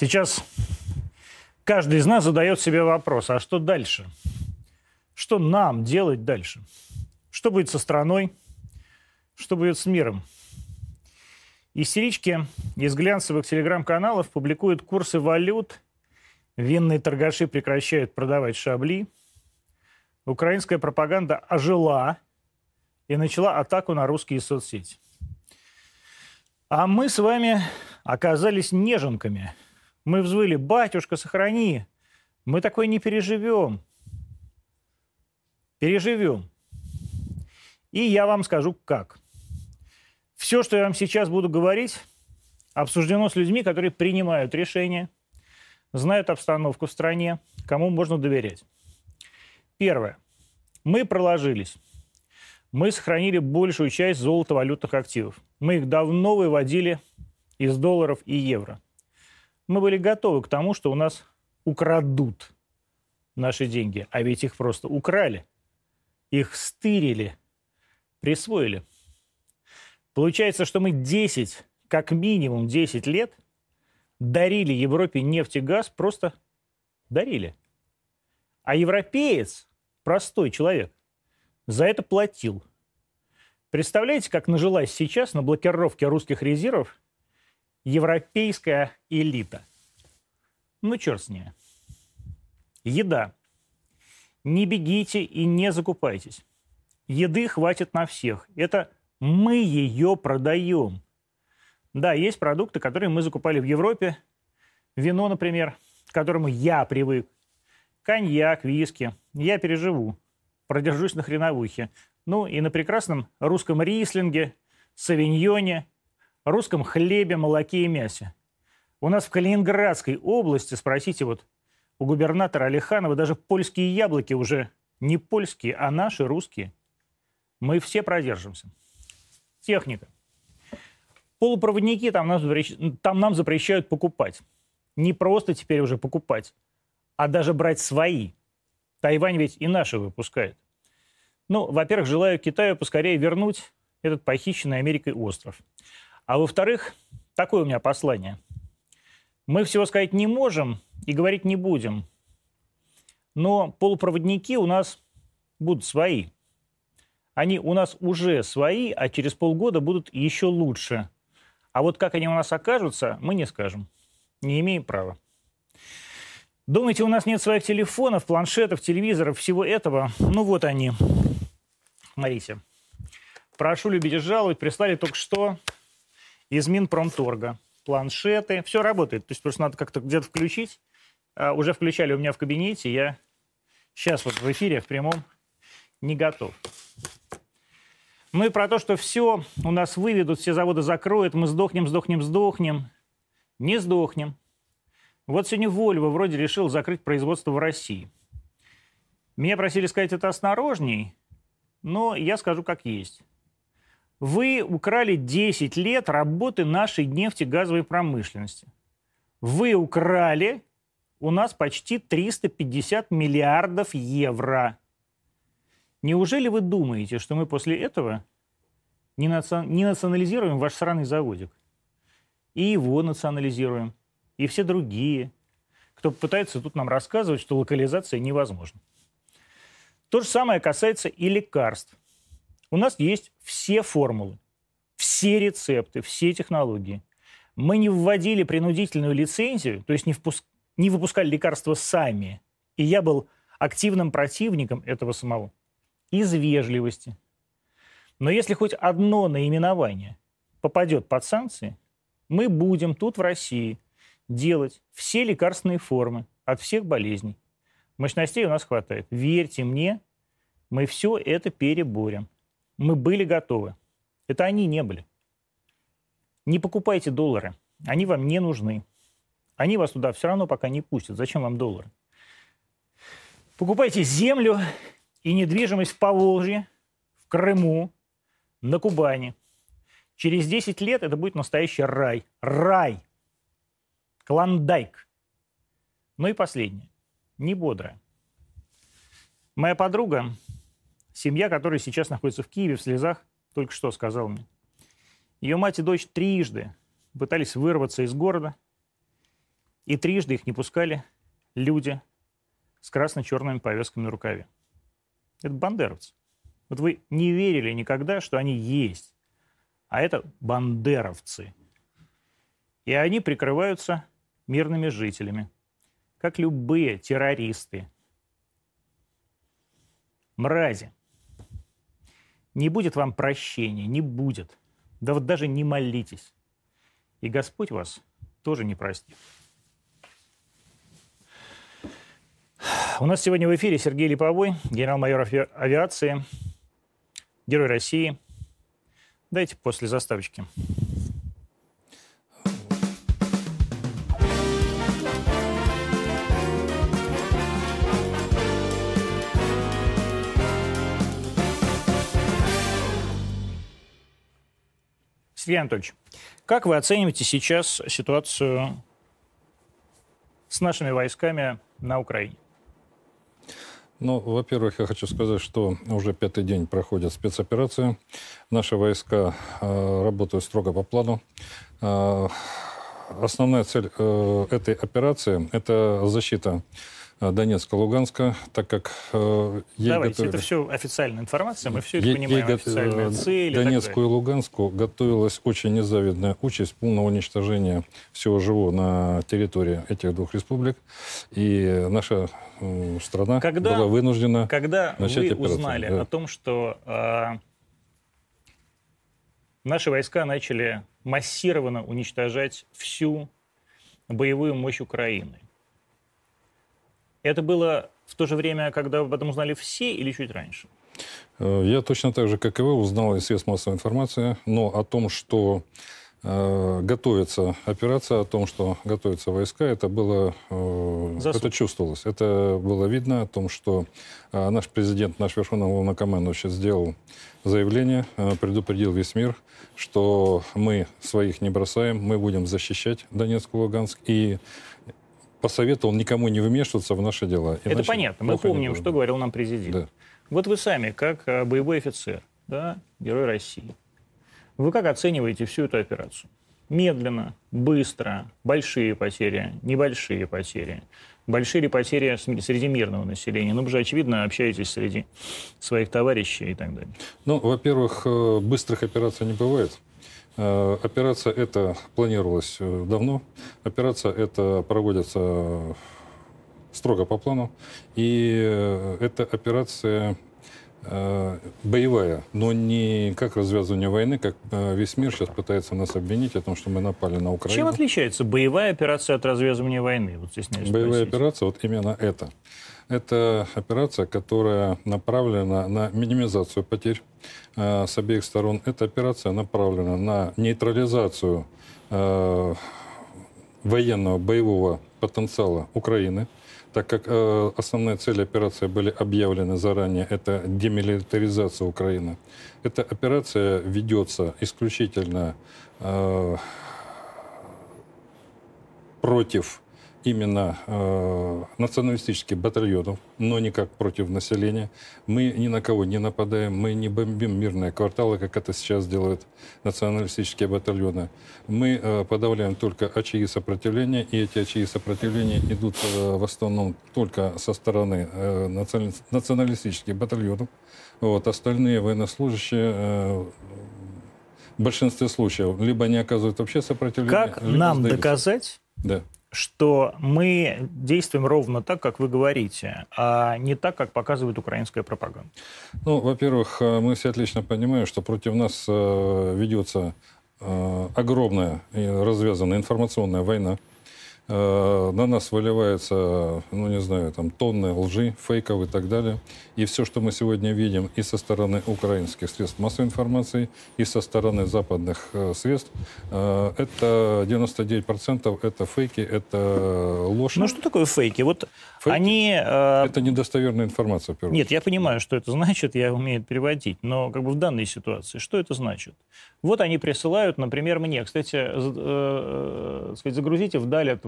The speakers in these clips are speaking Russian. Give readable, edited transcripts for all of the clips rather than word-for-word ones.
Сейчас каждый из нас задает себе вопрос, а что дальше? Что нам делать дальше? Что будет со страной? Что будет с миром? Истерички из глянцевых телеграм-каналов публикуют курсы валют, винные торгаши прекращают продавать шабли, украинская пропаганда ожила и начала атаку на русские соцсети. А мы с вами оказались неженками. Мы взвыли: «Батюшка, сохрани! Мы такое не переживем». Переживем. И я вам скажу, как. Все, что я вам сейчас буду говорить, обсуждено с людьми, которые принимают решения, знают обстановку в стране, кому можно доверять. Первое. Мы проложились. Мы сохранили большую часть золотовалютных активов. Мы их давно выводили из долларов и евро. Мы были готовы к тому, что у нас украдут наши деньги. А ведь их просто украли. Их стырили, присвоили. Получается, что мы как минимум 10 лет дарили Европе нефть и газ, просто дарили. А европеец, простой человек, за это платил. Представляете, как нажилась сейчас на блокировке русских резервов европейская элита? Ну, черт с ней. Еда. Не бегите и не закупайтесь. Еды хватит на всех. Это мы ее продаем. Да, есть продукты, которые мы закупали в Европе. Вино, например, к которому я привык. Коньяк, виски. Я переживу. Продержусь на хреновухе. Ну и на прекрасном русском рислинге, савиньоне, русском хлебе, молоке и мясе. У нас в Калининградской области, спросите вот у губернатора Алиханова, даже польские яблоки уже не польские, а наши, русские. Мы все продержимся. Техника. Полупроводники там нам запрещают покупать. Не просто теперь уже покупать, а даже брать свои. Тайвань ведь и наши выпускает. Ну, во-первых, желаю Китаю поскорее вернуть этот похищенный Америкой остров. А во-вторых, такое у меня послание. Мы всего сказать не можем и говорить не будем. Но полупроводники у нас будут свои. Они у нас уже свои, а через полгода будут еще лучше. А вот как они у нас окажутся, мы не скажем. Не имеем права. Думаете, у нас нет своих телефонов, планшетов, телевизоров, всего этого? Ну вот они. Смотрите. Прошу любить и жаловать. Прислали только что из Минпромторга. Планшеты. Все работает. То есть просто надо как-то где-то включить. Уже включали у меня в кабинете. Я сейчас вот в эфире, в прямом, не готов. Ну и про то, что все у нас выведут, все заводы закроют, мы сдохнем. Не сдохнем. Вот сегодня Volvo вроде решил закрыть производство в России. Меня просили сказать это осторожней, но я скажу как есть. Вы украли 10 лет работы нашей нефтегазовой промышленности. Вы украли у нас почти 350 миллиардов евро. Неужели вы думаете, что мы после этого не национализируем ваш сраный заводик? И его национализируем, и все другие, кто пытается тут нам рассказывать, что локализация невозможна. То же самое касается и лекарств. У нас есть все формулы, все рецепты, все технологии. Мы не вводили принудительную лицензию, то есть не выпускали лекарства сами. И я был активным противником этого самого. Из вежливости. Но если хоть одно наименование попадет под санкции, мы будем тут в России делать все лекарственные формы от всех болезней. Мощностей у нас хватает. Верьте мне, мы все это переборем. Мы были готовы. Это они не были. Не покупайте доллары. Они вам не нужны. Они вас туда все равно пока не пустят. Зачем вам доллары? Покупайте землю и недвижимость в Поволжье, в Крыму, на Кубани. Через 10 лет это будет настоящий рай. Рай. Клондайк. Ну и последнее. Не бодрое. Моя подруга, семья, которая сейчас находится в Киеве, в слезах, только что сказала мне. Ее мать и дочь трижды пытались вырваться из города И трижды их не пускали люди с красно-черными повязками на рукаве. Это бандеровцы. Вот вы не верили никогда, что они есть. А это бандеровцы. И они прикрываются мирными жителями, как любые террористы. Мрази. Не будет вам прощения, не будет. Да вот даже не молитесь. И Господь вас тоже не простит. У нас сегодня в эфире Сергей Липовой, генерал-майор авиации, Герой России. Дайте после заставочки. Сергей Анатольевич, как вы оцениваете сейчас ситуацию с нашими войсками на Украине? Ну, во-первых, я хочу сказать, что уже 5-й день проходит спецоперация. Наши войска работают строго по плану. Основная цель этой операции – это защита Донецка, Луганска, так как Давайте, это все официальная информация, мы все это понимаем, официальная цель. Донецку и Луганску готовилась очень незавидная участь полного уничтожения всего живого на территории этих двух республик. И наша страна была вынуждена начать операцию. Когда вы узнали о том, что наши войска начали массированно уничтожать всю боевую мощь Украины, это было в то же время, когда об этом узнали все, или чуть раньше? Я точно так же, как и вы, узнал из средств массовой информации, но о том, что готовится операция, о том, что готовятся войска, это было, это чувствовалось. Это было видно о том, что наш президент, наш верховный главнокомандующий сделал заявление, предупредил весь мир, что мы своих не бросаем, мы будем защищать Донецк и Луганск, и посоветовал никому не вмешиваться в наши дела. Это понятно. Мы помним, что говорил нам президент. Да. Вот вы сами, как боевой офицер, да, Герой России, вы как оцениваете всю эту операцию? Медленно, быстро, большие потери, небольшие потери, большие потери среди мирного населения? Ну, вы же, очевидно, общаетесь среди своих товарищей и так далее. Ну, во-первых, быстрых операций не бывает. Операция эта планировалась давно. Операция эта проводится строго по плану. И эта операция боевая, но не как развязывание войны, как весь мир сейчас пытается нас обвинить о том, что мы напали на Украину. Чем отличается боевая операция от развязывания войны? Вот здесь боевая операция, вот именно это. Это операция, которая направлена на минимизацию потерь с обеих сторон. Эта операция направлена на нейтрализацию военного боевого потенциала Украины, так как основные цели операции были объявлены заранее. Это демилитаризация Украины. Эта операция ведется исключительно против именно националистических батальонов, но никак против населения. Мы ни на кого не нападаем, мы не бомбим мирные кварталы, как это сейчас делают националистические батальоны. Мы подавляем только очаги сопротивления, и эти очаги сопротивления идут в основном только со стороны националистических батальонов. Вот. Остальные военнослужащие в большинстве случаев либо не оказывают вообще сопротивления, как нам сдаются. Доказать? Да. Что мы действуем ровно так, как вы говорите, а не так, как показывает украинская пропаганда? Ну, во-первых, мы все отлично понимаем, что против нас ведется огромная и развязанная информационная война. На нас выливается, ну, не знаю, там, тонны лжи, фейков и так далее. И все, что мы сегодня видим и со стороны украинских средств массовой информации, и со стороны западных средств, это 99% это фейки, это ложь. Ну, что такое фейки? Вот фейки? Они... Это недостоверная информация, в первую очередь. Нет, я понимаю, что это значит, я умею это переводить, но как бы в данной ситуации, что это значит? Вот они присылают, например, мне, кстати, загрузите вдаль от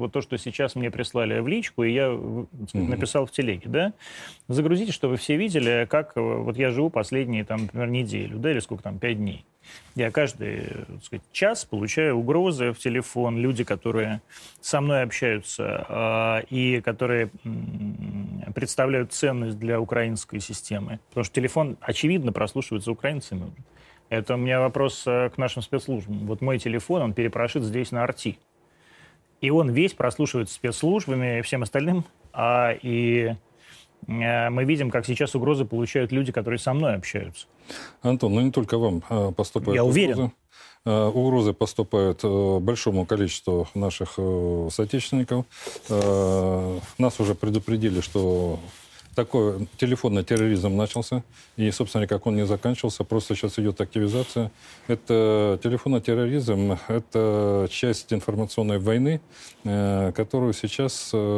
вот то, что сейчас мне прислали в личку, и я, так сказать, написал в телеге, да? Загрузите, чтобы все видели, как вот я живу последние, там, например, неделю, да, или сколько там, 5 дней. Я каждый, так сказать, час получаю угрозы в телефон, люди, которые со мной общаются и которые представляют ценность для украинской системы. Потому что телефон, очевидно, прослушивается украинцами. Это у меня вопрос к нашим спецслужбам. Вот мой телефон, он перепрошит здесь на Арти. И он весь прослушивается спецслужбами и всем остальным. И мы видим, как сейчас угрозы получают люди, которые со мной общаются. Антон, ну не только вам поступают Я угрозы. уверен. Угрозы поступают большому количеству наших соотечественников. Нас уже предупредили, что такой телефонный терроризм начался. И, собственно, как он не заканчивался, просто сейчас идет активизация. Это телефонный терроризм, это часть информационной войны, которую сейчас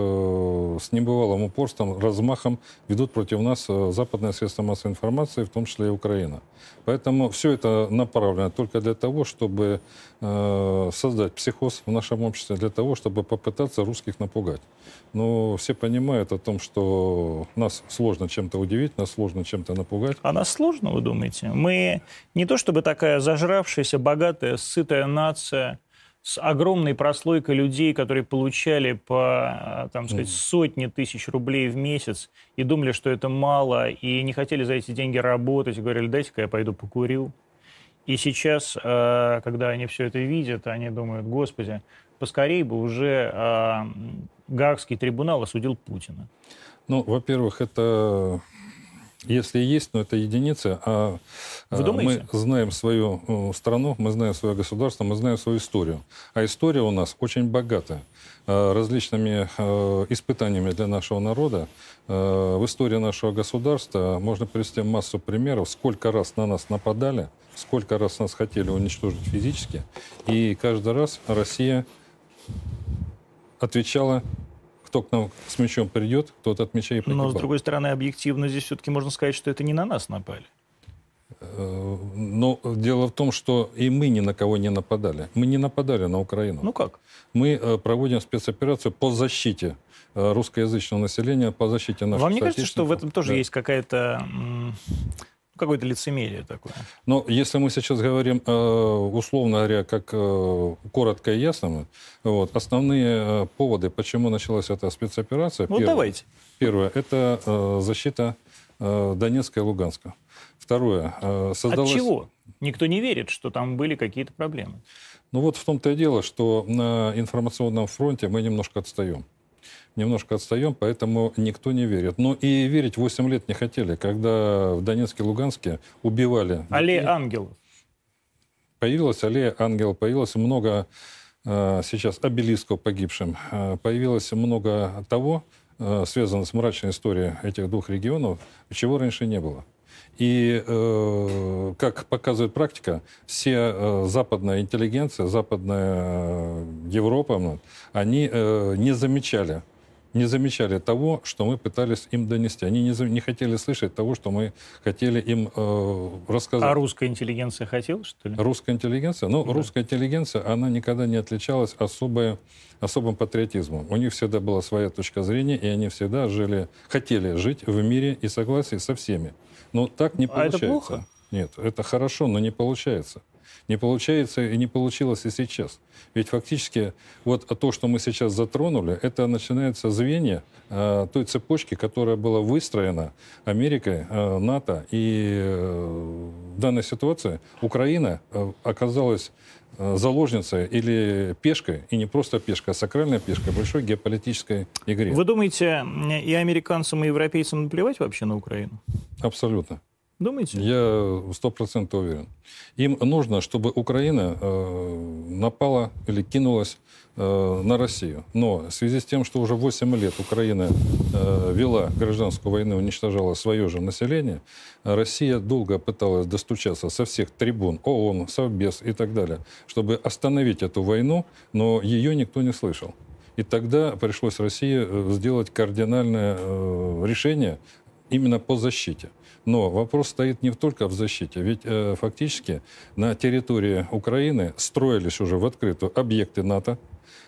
с небывалым упорством, размахом ведут против нас западные средства массовой информации, в том числе и Украина. Поэтому все это направлено только для того, чтобы создать психоз в нашем обществе, для того, чтобы попытаться русских напугать. Но все понимают о том, что нас сложно чем-то удивить, нас сложно чем-то напугать. А нас сложно, вы думаете? Мы не то чтобы такая зажравшаяся, богатая, сытая нация с огромной прослойкой людей, которые получали по, там сказать, сотни тысяч рублей в месяц и думали, что это мало, и не хотели за эти деньги работать, и говорили, дайте-ка я пойду покурю. И сейчас, когда они все это видят, они думают, господи, поскорей бы уже Гаагский трибунал осудил Путина. Ну, во-первых, это, если есть, но это единицы, а Вы думаете? мы знаем свою страну, мы знаем свое государство, мы знаем свою историю. А история у нас очень богата различными испытаниями для нашего народа. В истории нашего государства можно привести массу примеров, сколько раз на нас нападали, сколько раз нас хотели уничтожить физически, и каждый раз Россия отвечала, кто к нам с мячом придет, тот от мяча и погибал. Но, с другой стороны, объективно здесь все-таки можно сказать, что это не на нас напали. Но дело в том, что и мы ни на кого не нападали. Мы не нападали на Украину. Ну как? Мы проводим спецоперацию по защите русскоязычного населения, по защите наших Вам не кажется, что в этом тоже да. есть какое-то лицемерие такое? Но если мы сейчас говорим, условно говоря, как коротко и ясно, вот, основные поводы, почему началась эта спецоперация. Ну, давайте. Первое – это защита Донецка и Луганска. Второе – создалась... От чего? Никто не верит, что там были какие-то проблемы. Ну вот в том-то и дело, что на информационном фронте мы немножко отстаем. Поэтому никто не верит. Но и верить 8 лет не хотели, когда в Донецке и Луганске убивали... Аллея ангелов. Появилась аллея ангелов, появилось много сейчас обелисков погибшим, появилось много того, связанного с мрачной историей этих двух регионов, чего раньше не было. И, как показывает практика, все западная интеллигенция, западная Европа, они не замечали того, что мы пытались им донести. Они не хотели слышать того, что мы хотели им рассказать. А русская интеллигенция хотела, что ли? Русская интеллигенция? Ну, да. Русская интеллигенция, она никогда не отличалась особым патриотизмом. У них всегда была своя точка зрения, и они всегда хотели жить в мире и согласии со всеми. Но так не получается. А это плохо? Нет, это хорошо, но не получается. Не получается и не получилось и сейчас. Ведь фактически вот то, что мы сейчас затронули, это начинается звенья той цепочки, которая была выстроена Америкой, НАТО. И в данной ситуации Украина оказалась заложницей или пешкой, и не просто пешкой, а сакральной пешкой большой геополитической игре. Вы думаете, и американцам, и европейцам наплевать вообще на Украину? Абсолютно. Думаете? Я 100% уверен. Им нужно, чтобы Украина напала или кинулась на Россию. Но в связи с тем, что уже 8 лет Украина вела гражданскую войну, уничтожала свое же население, Россия долго пыталась достучаться со всех трибун ООН, Совбез и так далее, чтобы остановить эту войну, но ее никто не слышал. И тогда пришлось России сделать кардинальное решение именно по защите. Но вопрос стоит не только в защите, ведь фактически на территории Украины строились уже в открытую объекты НАТО,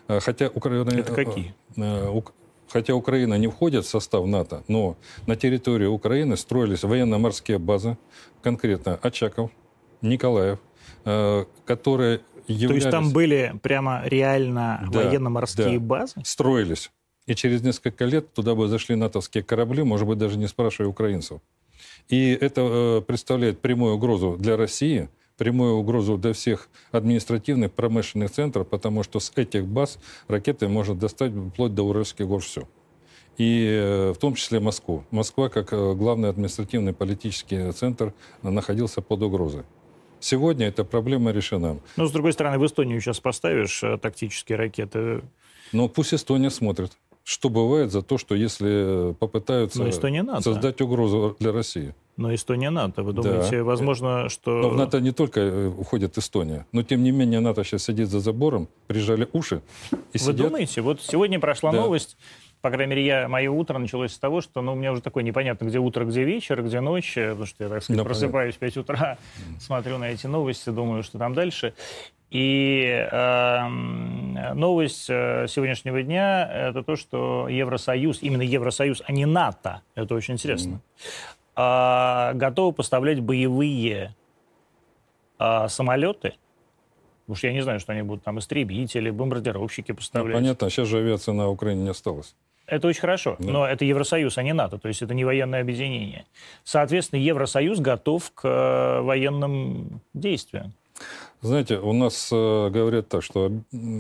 Хотя Украина... Это какие? Хотя Украина не входит в состав НАТО, но на территории Украины строились военно-морские базы, конкретно Очаков, Николаев, которые являлись... То есть там были прямо реально военно-морские базы? Строились. И через несколько лет туда бы зашли натовские корабли, может быть, даже не спрашивая украинцев. И это представляет прямую угрозу для России, прямую угрозу для всех административных промышленных центров, потому что с этих баз ракеты можно достать вплоть до Уральских гор все. И в том числе Москву. Москва, как главный административный политический центр, находился под угрозой. Сегодня эта проблема решена. Но, с другой стороны, в Эстонию сейчас поставишь тактические ракеты. Но пусть Эстония смотрит, что бывает за то, что если попытаются создать угрозу для России. Но Эстония НАТО. Вы думаете, возможно, что... Но в НАТО не только входит Эстония, но тем не менее НАТО сейчас сидит за забором, прижали уши и Вы думаете? Вот сегодня прошла новость, по крайней мере, мое утро началось с того, что у меня уже такое непонятно, где утро, где вечер, где ночь, потому что я, так сказать, просыпаюсь в 5 утра, смотрю на эти новости, думаю, что там дальше. И новость сегодняшнего дня – это то, что Евросоюз, именно Евросоюз, а не НАТО, это очень интересно, готовы поставлять боевые самолеты. Потому что я не знаю, что они будут там истребители, бомбардировщики поставлять. Понятно, сейчас же авиации на Украине не осталось. Это очень хорошо, но это Евросоюз, а не НАТО, то есть это не военное объединение. Соответственно, Евросоюз готов к военным действиям. Знаете, у нас говорят так, что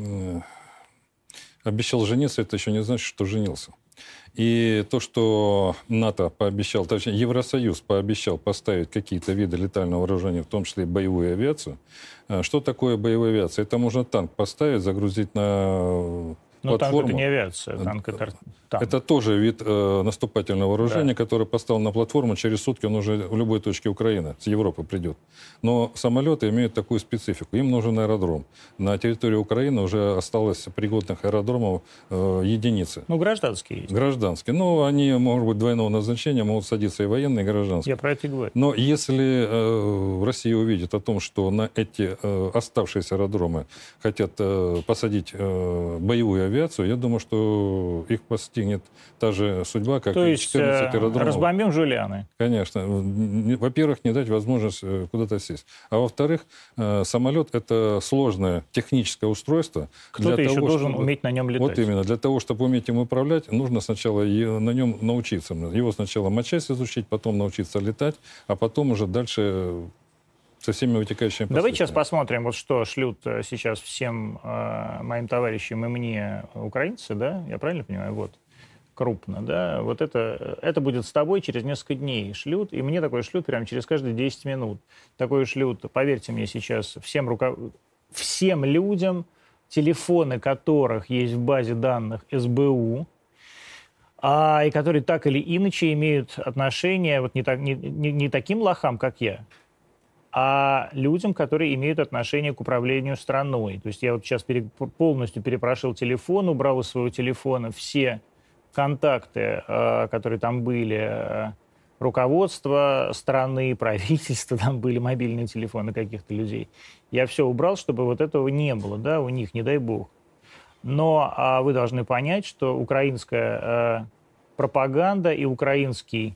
обещал жениться, это еще не значит, что женился. И то, что НАТО пообещал, точнее, Евросоюз пообещал поставить какие-то виды летального вооружения, в том числе и боевую авиацию. Что такое боевая авиация? Это можно танк поставить, загрузить на платформу. Танк — это не авиация, танк — это танк. Это тоже вид наступательного вооружения, который поставил на платформу, через сутки он уже в любой точке Украины, с Европы придет. Но самолеты имеют такую специфику. Им нужен аэродром. На территории Украины уже осталось пригодных аэродромов единицы. Гражданские есть. Гражданские. Они, может быть, двойного назначения, могут садиться и военные, и гражданские. Я про это и говорю. Но если Россия увидит о том, что на эти оставшиеся аэродромы хотят посадить боевую авиацию, я думаю, что их постигнет та же судьба, как и 14 аэродромов. Разбомбим Жулианы. Конечно. Во-первых, не дать возможность куда-то сесть. А во-вторых, самолет — это сложное техническое устройство. Кто-то еще должен уметь на нем летать. Вот именно. Для того, чтобы уметь им управлять, нужно сначала на нем научиться. Его сначала матчасть изучить, потом научиться летать, а потом уже дальше со всеми вытекающими последствиями. Давайте сейчас посмотрим, вот что шлют сейчас всем моим товарищам и мне украинцы, да? Я правильно понимаю? Вот. Крупно, да? Вот это будет с тобой через несколько дней шлют, и мне такое шлют прямо через каждые 10 минут. Такое шлют, поверьте мне, сейчас всем людям, телефоны которых есть в базе данных СБУ, и которые так или иначе имеют отношение вот не таким лохам, как я, а людям, которые имеют отношение к управлению страной. То есть я вот сейчас полностью перепрошил телефон, убрал из своего телефона все контакты, которые там были, руководство страны, правительство, там были мобильные телефоны каких-то людей. Я все убрал, чтобы вот этого не было, да, у них, не дай бог. Но вы должны понять, что украинская пропаганда и украинский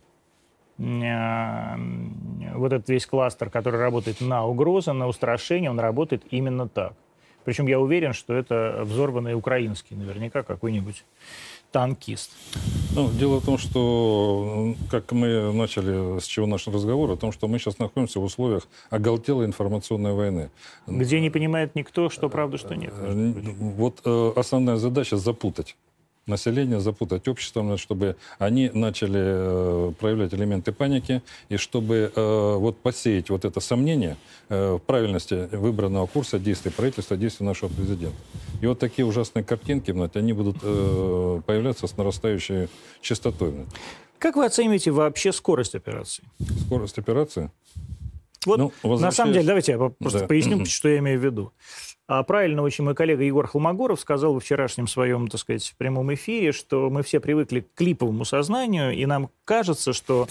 вот этот весь кластер, который работает на угрозы, на устрашение, он работает именно так. Причем я уверен, что это взорванный украинский, наверняка какой-нибудь танкист. Дело в том, что, как мы начали, с чего наш разговор, о том, что мы сейчас находимся в условиях оголтелой информационной войны. Где не понимает никто, что правда, что нет. Вот основная задача — запутать население, запутать общество, чтобы они начали проявлять элементы паники, и чтобы посеять вот это сомнение в правильности выбранного курса действий правительства, действий нашего президента. И вот такие ужасные картинки, они будут появляться с нарастающей частотой. Как вы оцениваете вообще скорость операции? Скорость операции? Вот, на самом деле, давайте я просто поясню, что я имею в виду. Правильно очень мой коллега Егор Холмогоров сказал во вчерашнем своем, так сказать, прямом эфире, что мы все привыкли к клиповому сознанию, и нам кажется, что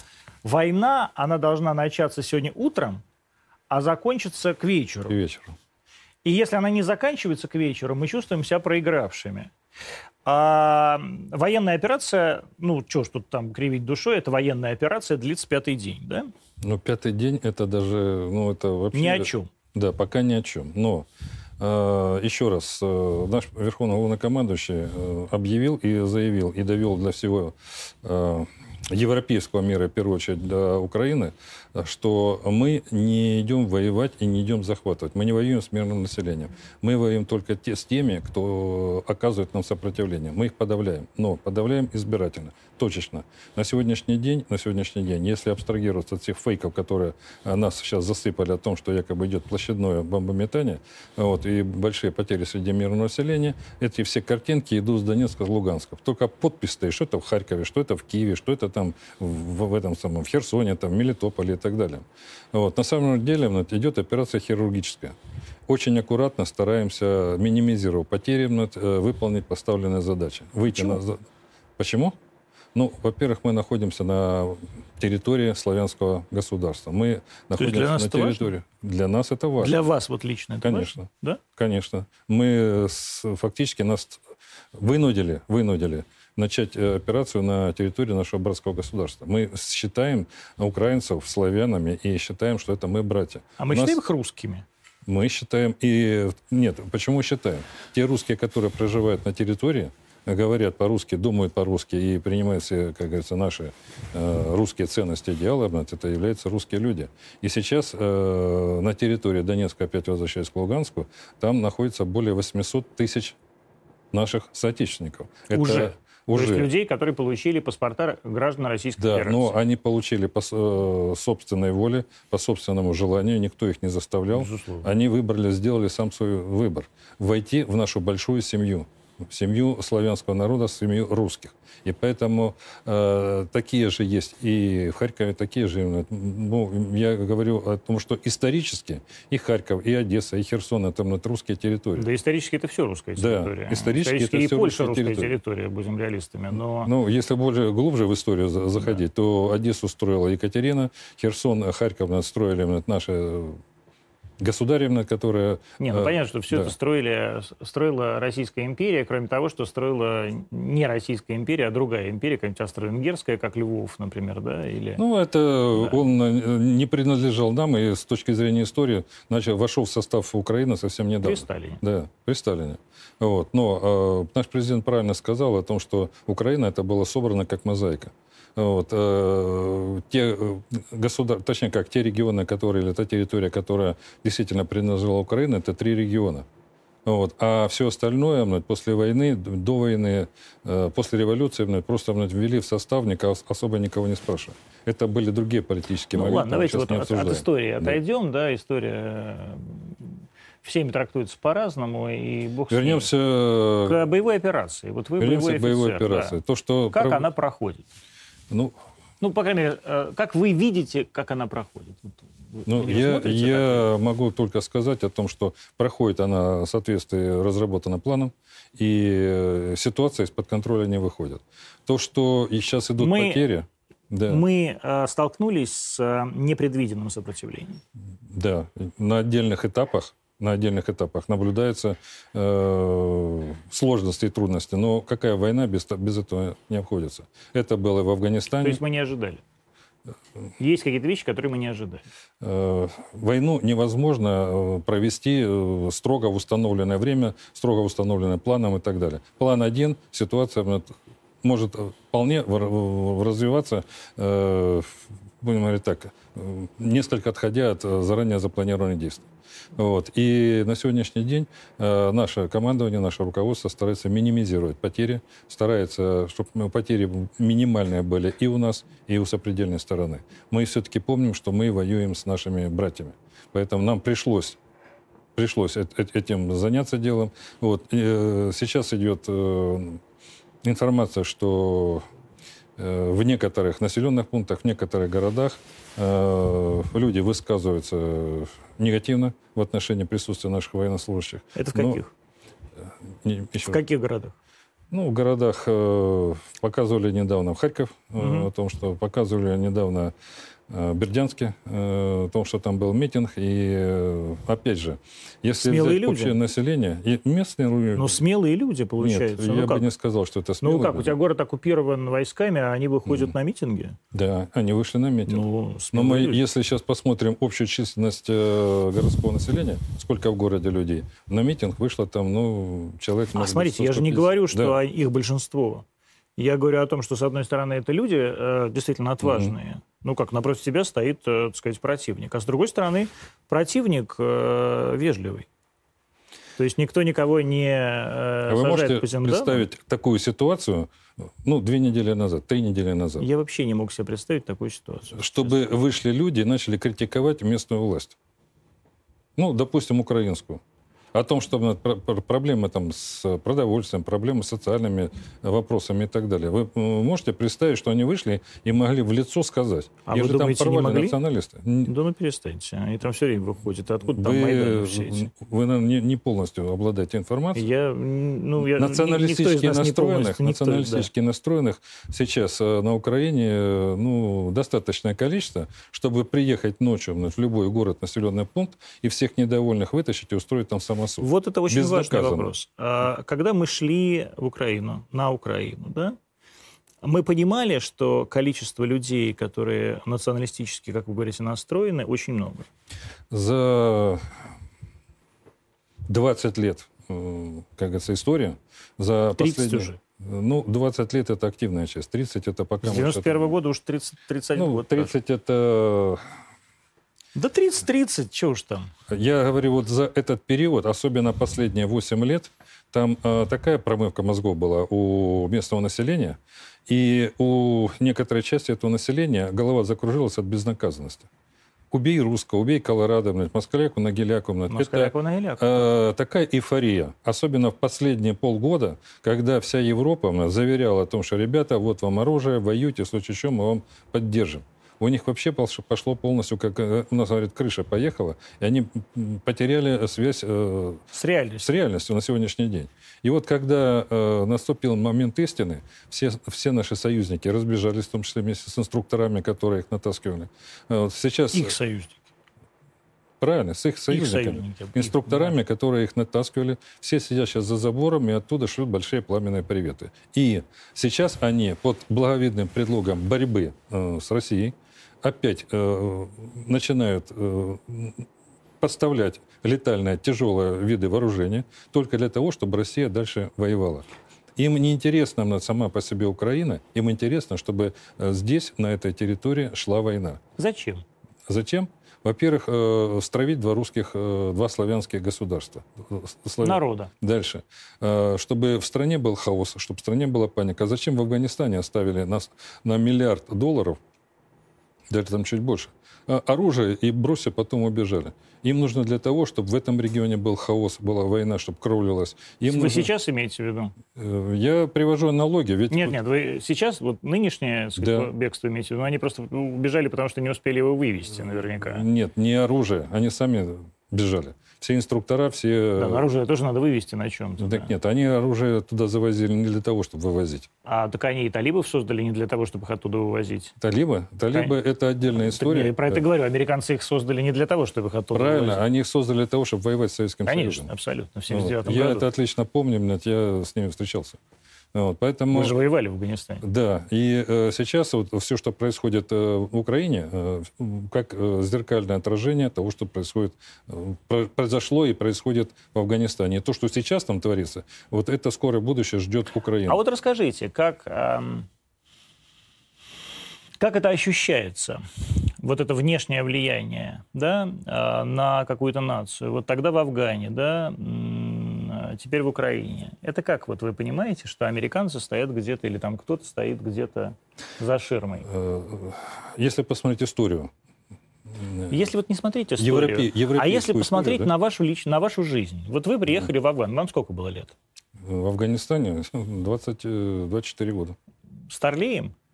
война, она должна начаться сегодня утром, а закончиться к вечеру. К вечеру. И если она не заканчивается к вечеру, мы чувствуем себя проигравшими. А военная операция, ну, что ж тут там кривить душой, это военная операция длится 5-й день, да? Ну, 5-й день это даже, ну, это вообще... Ни о чем. Да, пока ни о чем. Но, еще раз, наш Верховный Главнокомандующий объявил и заявил, и довел для всего европейского мира, в первую очередь для Украины, что мы не идем воевать и не идем захватывать. Мы не воюем с мирным населением. Мы воюем только с теми, кто оказывает нам сопротивление. Мы их подавляем, но подавляем избирательно, точечно. На сегодняшний день, если абстрагироваться от всех фейков, которые нас сейчас засыпали о том, что якобы идет площадное бомбометание, вот, и большие потери среди мирного населения, эти все картинки идут с Донецка, с Луганска. Только подпись стоит, что это в Харькове, что это в Киеве, что это там в этом самом, в Херсоне, там, в Мелитополе и так далее. Вот. На самом деле идет операция хирургическая. Очень аккуратно стараемся минимизировать потери, выполнить поставленные задачи. Почему? Ну, во-первых, мы находимся на территории славянского государства. Мы находимся на территории. Для нас это важно. Для вас вот лично это конечно, важно? Да? Конечно. Мы фактически нас вынудили начать операцию на территории нашего братского государства. Мы считаем украинцев славянами и считаем, что это мы братья. А мы считаем их русскими? Мы считаем... Нет, почему считаем? Те русские, которые проживают на территории, говорят по-русски, думают по-русски и принимают все, как говорится, наши русские ценности, идеалы, это являются русские люди. И сейчас на территории Донецка, опять возвращаясь к Луганску, там находится более 800 тысяч наших соотечественников. Уже? То есть людей, которые получили паспорта граждан Российской Федерации. Да, но они получили по собственной воле, по собственному желанию, никто их не заставлял. Безусловно. Они сделали сам свой выбор. Войти в нашу большую семью славянского народа, семью русских. И поэтому такие же есть и в Харькове, такие же. Ну, я говорю о том, что исторически и Харьков, и Одесса, и Херсон — это русские территории. Да, исторически это все русская территория. Да, исторически это и все Польша русская территория, будем реалистами. Но... Ну, если глубже в историю заходить, то Одессу строила Екатерина, Херсон, Харьков строили наши... Государевна, которая... понятно, что все это строила Российская империя, кроме того, что строила не Российская империя, а другая империя, какая-нибудь австро-венгерская, как Львов, например, да? Или... Ну, он не принадлежал нам, и с точки зрения истории вошел в состав Украины совсем недавно. При Сталине. Да, при Сталине. Вот. Но наш президент правильно сказал о том, что Украина это была собрана как мозаика. Вот. Те регионы, или та территория, которая действительно принадлежала Украине, это 3 региона. Вот. А все остальное после войны, до войны, после революции просто ввели в состав, особо никого не спрашивая. Это были другие политические моменты. Ладно, давайте вот от истории отойдем. Да, история всеми трактуется по-разному, и бог с ним. Вернемся к боевой операции. Вот вы вернемся к боевой операции. Да. То, что как она проходит? Ну, по крайней мере, как вы видите, как она проходит? Я могу только сказать о том, что проходит она в соответствии разработанным планом, и ситуация из-под контроля не выходит. То, что и сейчас идут потери... Да. Мы столкнулись с непредвиденным сопротивлением. Да, на отдельных этапах наблюдаются сложности и трудности. Но какая война без этого не обходится? Это было и в Афганистане. То есть мы не ожидали? Есть какие-то вещи, которые мы не ожидали? Войну невозможно провести строго в установленное время, строго в установленным планом и так далее. План 1, ситуация может вполне развиваться, будем говорить так, несколько отходя от заранее запланированных действий. Вот. И на сегодняшний день наше командование, наше руководство старается минимизировать потери, старается, чтобы потери минимальные были и у нас, и у сопредельной стороны. Мы все-таки помним, что мы воюем с нашими братьями. Поэтому нам пришлось этим заняться делом. Вот. Сейчас идет информация, что в некоторых населенных пунктах, в некоторых городах люди высказываются негативно в отношении присутствия наших военнослужащих. Это в каких? В каких городах? Ну, в городах показывали недавно в Харьков, о том, что показывали недавно Бердянске, о том, что там был митинг. И, опять же, если Смелые взять люди. общее население, и местные люди... Ну, смелые люди, получается. Нет, Ну, я как? бы не сказал, что это смелые Ну как, у люди. тебя город оккупирован войсками, а они выходят на митинги? Да, они вышли на митинг. Ну, Но смелые мы, люди. если сейчас посмотрим общую численность городского населения, сколько в городе людей, на митинг вышло там, ну, человек... А может быть, смотрите, я же не 100-150. говорю, что Да. их большинство. Я говорю о том, что, с одной стороны, это люди действительно отважные. Ну как, напротив тебя стоит, так сказать, противник. А с другой стороны, противник вежливый. То есть никто никого не А вы сажает можете по зиндаму. представить такую ситуацию, ну, 2 недели назад, 3 недели назад, Я вообще не мог себе представить такую ситуацию. чтобы вышли люди и начали критиковать местную власть? Ну, допустим, украинскую. О том, что проблемы там с продовольствием, проблемы с социальными вопросами и так далее. Вы можете представить, что они вышли и могли в лицо сказать? А Их вы же думаете, там не порвали могли? националисты. Да ну перестаньте. Они там все время выходят. Откуда там Майданы все эти? Вы наверное, не полностью обладаете информацией. Никто из нас не полностью, националистически настроенных сейчас на Украине достаточное количество, чтобы приехать ночью в любой город, населенный пункт, и всех недовольных вытащить и устроить там самосуд. Вот это очень важный Безнаказанно. вопрос. Когда мы шли в Украину, на Украину, да, мы понимали, что количество людей, которые националистически, как вы говорите, настроены, очень много. За 20 лет, как говорится, история, за 30 последние... уже. Ну, 20 лет — это активная часть, 30 — это пока... С 91 года уж 31 год. 30 — это... Да 30, чего уж там. Я говорю, вот за этот период, особенно последние 8 лет, там такая промывка мозгов была у местного населения, и у некоторой части этого населения голова закружилась от безнаказанности. Убей русского, убей Колорадо, москаляку на геляку. Москаляку на геляку. Такая эйфория, особенно в последние полгода, когда вся Европа заверяла о том, что, ребята, вот вам оружие, воюйте, в случае чего мы вам поддержим. У них вообще пошло полностью, как у нас говорят, крыша поехала, и они потеряли связь с реальностью на сегодняшний день. И вот когда наступил момент истины, все наши союзники разбежались, в том числе вместе с инструкторами, которые их натаскивали. Сейчас... Их союзники. Правильно, с их союзниками, инструкторами, которые их натаскивали. Все сидят сейчас за забором и оттуда шлют большие пламенные приветы. И сейчас они под благовидным предлогом борьбы с Россией опять начинают подставлять летальные, тяжелые виды вооружения только для того, чтобы Россия дальше воевала. Им не интересна сама по себе Украина, им интересно, чтобы здесь, на этой территории, шла война. Зачем? Зачем? Во-первых, стравить два славянских государства. Народа. Дальше. Чтобы в стране был хаос, чтобы в стране была паника. Зачем в Афганистане оставили нас на $1 миллиард, даже там чуть больше, оружие и бросили, потом убежали? Им нужно для того, чтобы в этом регионе был хаос, была война, чтобы кровь лилась. Вы сейчас имеете в виду? Я привожу аналогии. Ведь... Нет, вы сейчас, вот нынешнее бегство имеете в виду, они просто убежали, потому что не успели его вывести наверняка. Нет, не оружие, они сами бежали. Все инструктора, все... Да, но оружие тоже надо вывести на чем-то. Так нет, они оружие туда завозили не для того, чтобы вывозить. А так они и талибов создали не для того, чтобы их оттуда вывозить. Талибы? Талибы — это отдельная история. Я про это говорю. Американцы их создали не для того, чтобы их оттуда Правильно, вывозить. они их создали для того, чтобы воевать с Советским Союзом. Конечно, абсолютно, в 1979 году. Я это отлично помню, я с ними встречался. Поэтому... Вы же воевали в Афганистане. Да, и сейчас вот все, что происходит в Украине, как зеркальное отражение того, что произошло и происходит в Афганистане. И то, что сейчас там творится, вот это скорое будущее ждет Украину. А вот расскажите, как это ощущается, вот это внешнее влияние, да, на какую-то нацию? Вот тогда в Афгане, да, теперь в Украине. Это как, вот вы понимаете, что американцы стоят где-то, или там кто-то стоит где-то за ширмой? Если посмотреть историю. Если вот не смотреть историю, а если посмотреть историю, да? на вашу жизнь. Вот вы приехали в Афган, вам сколько было лет? В Афганистане 24 года. Старлеем?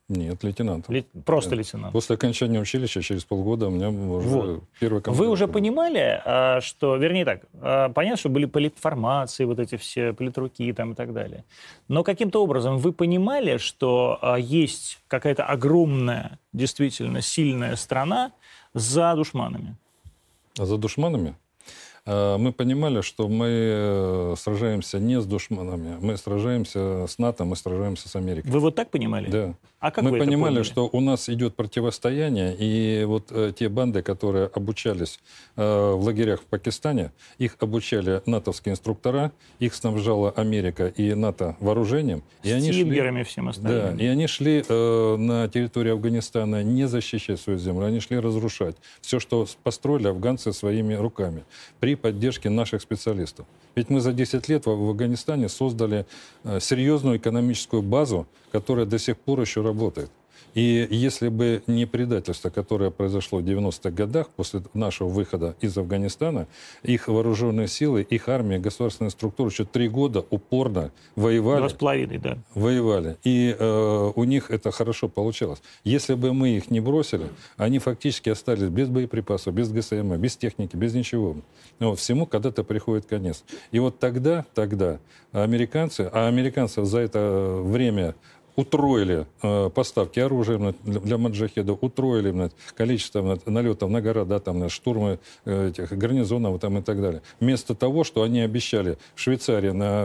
Нет, лейтенантом. Просто Да. лейтенант. После окончания училища, через полгода, у меня уже Вот. первый командир. Вы уже понимали, что, вернее так, понятно, что были политформации, вот эти все политруки там и так далее. Но каким-то образом вы понимали, что есть какая-то огромная, действительно сильная страна за душманами? А за душманами? Мы понимали, что мы сражаемся не с душманами, мы сражаемся с НАТО, мы сражаемся с Америкой. Вы вот так понимали? Да. А как Мы вы это понимали, поняли? что у нас идет противостояние, и вот те банды, которые обучались в лагерях в Пакистане, их обучали натовские инструктора, их снабжала Америка и НАТО вооружением. И они шли, Тигерами всем остальным. да, и они шли на территорию Афганистана не защищать свою землю, они шли разрушать все, что построили афганцы своими руками при поддержке наших специалистов. Ведь мы за 10 лет в Афганистане создали серьезную экономическую базу, которая до сих пор еще работает. И если бы не предательство, которое произошло в 90-х годах после нашего выхода из Афганистана, их вооруженные силы, их армия, государственная структура еще 3 года упорно воевали. 2,5, да. Воевали. И у них это хорошо получалось. Если бы мы их не бросили, они фактически остались без боеприпасов, без ГСМ, без техники, без ничего. Но всему когда-то приходит конец. И вот тогда американцы, а американцев за это время утроили поставки оружия для маджахедов, утроили количество налетов на города, штурмы этих гарнизонов там, и так далее. Вместо того, что они обещали в Швейцарии на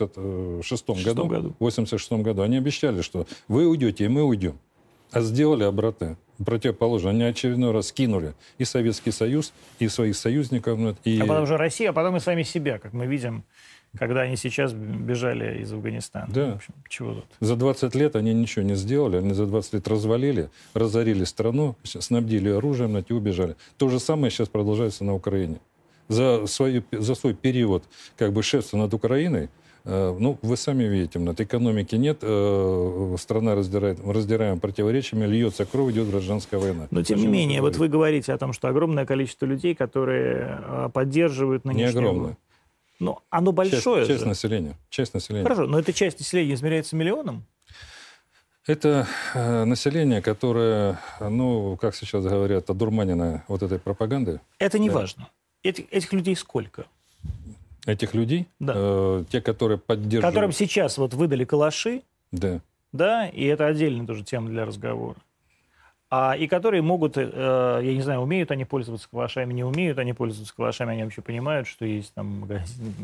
86-м году, они обещали, что вы уйдете, и мы уйдем. А сделали обратное, противоположное. Они очередной раз кинули и Советский Союз, и своих союзников. И... А потом уже Россия, а потом и сами себя, как мы видим, когда они сейчас бежали из Афганистана. Да. В общем, чего тут? За 20 лет они ничего не сделали. Они за 20 лет развалили, разорили страну, снабдили оружием и убежали. То же самое сейчас продолжается на Украине. За свой период шефства над Украиной, вы сами видите, экономики нет, страна раздираем противоречиями, льется кровь, идет гражданская война. Но тем не менее, вот вы говорите о том, что огромное количество людей, которые поддерживают нынешнюю... Не огромное. Но оно большое. Часть населения. Часть населения. Хорошо, но эта часть населения измеряется миллионом? Это население, которое, как сейчас говорят, одурманено вот этой пропагандой. Это не важно. Этих людей сколько? Этих людей? Да. Те, которые поддерживают... Которым сейчас вот выдали калаши. Да. Да, и это отдельная тоже тема для разговора. И которые могут, я не знаю, умеют они пользоваться калашами, не умеют они пользоваться калашами, они вообще понимают, что есть там магазин,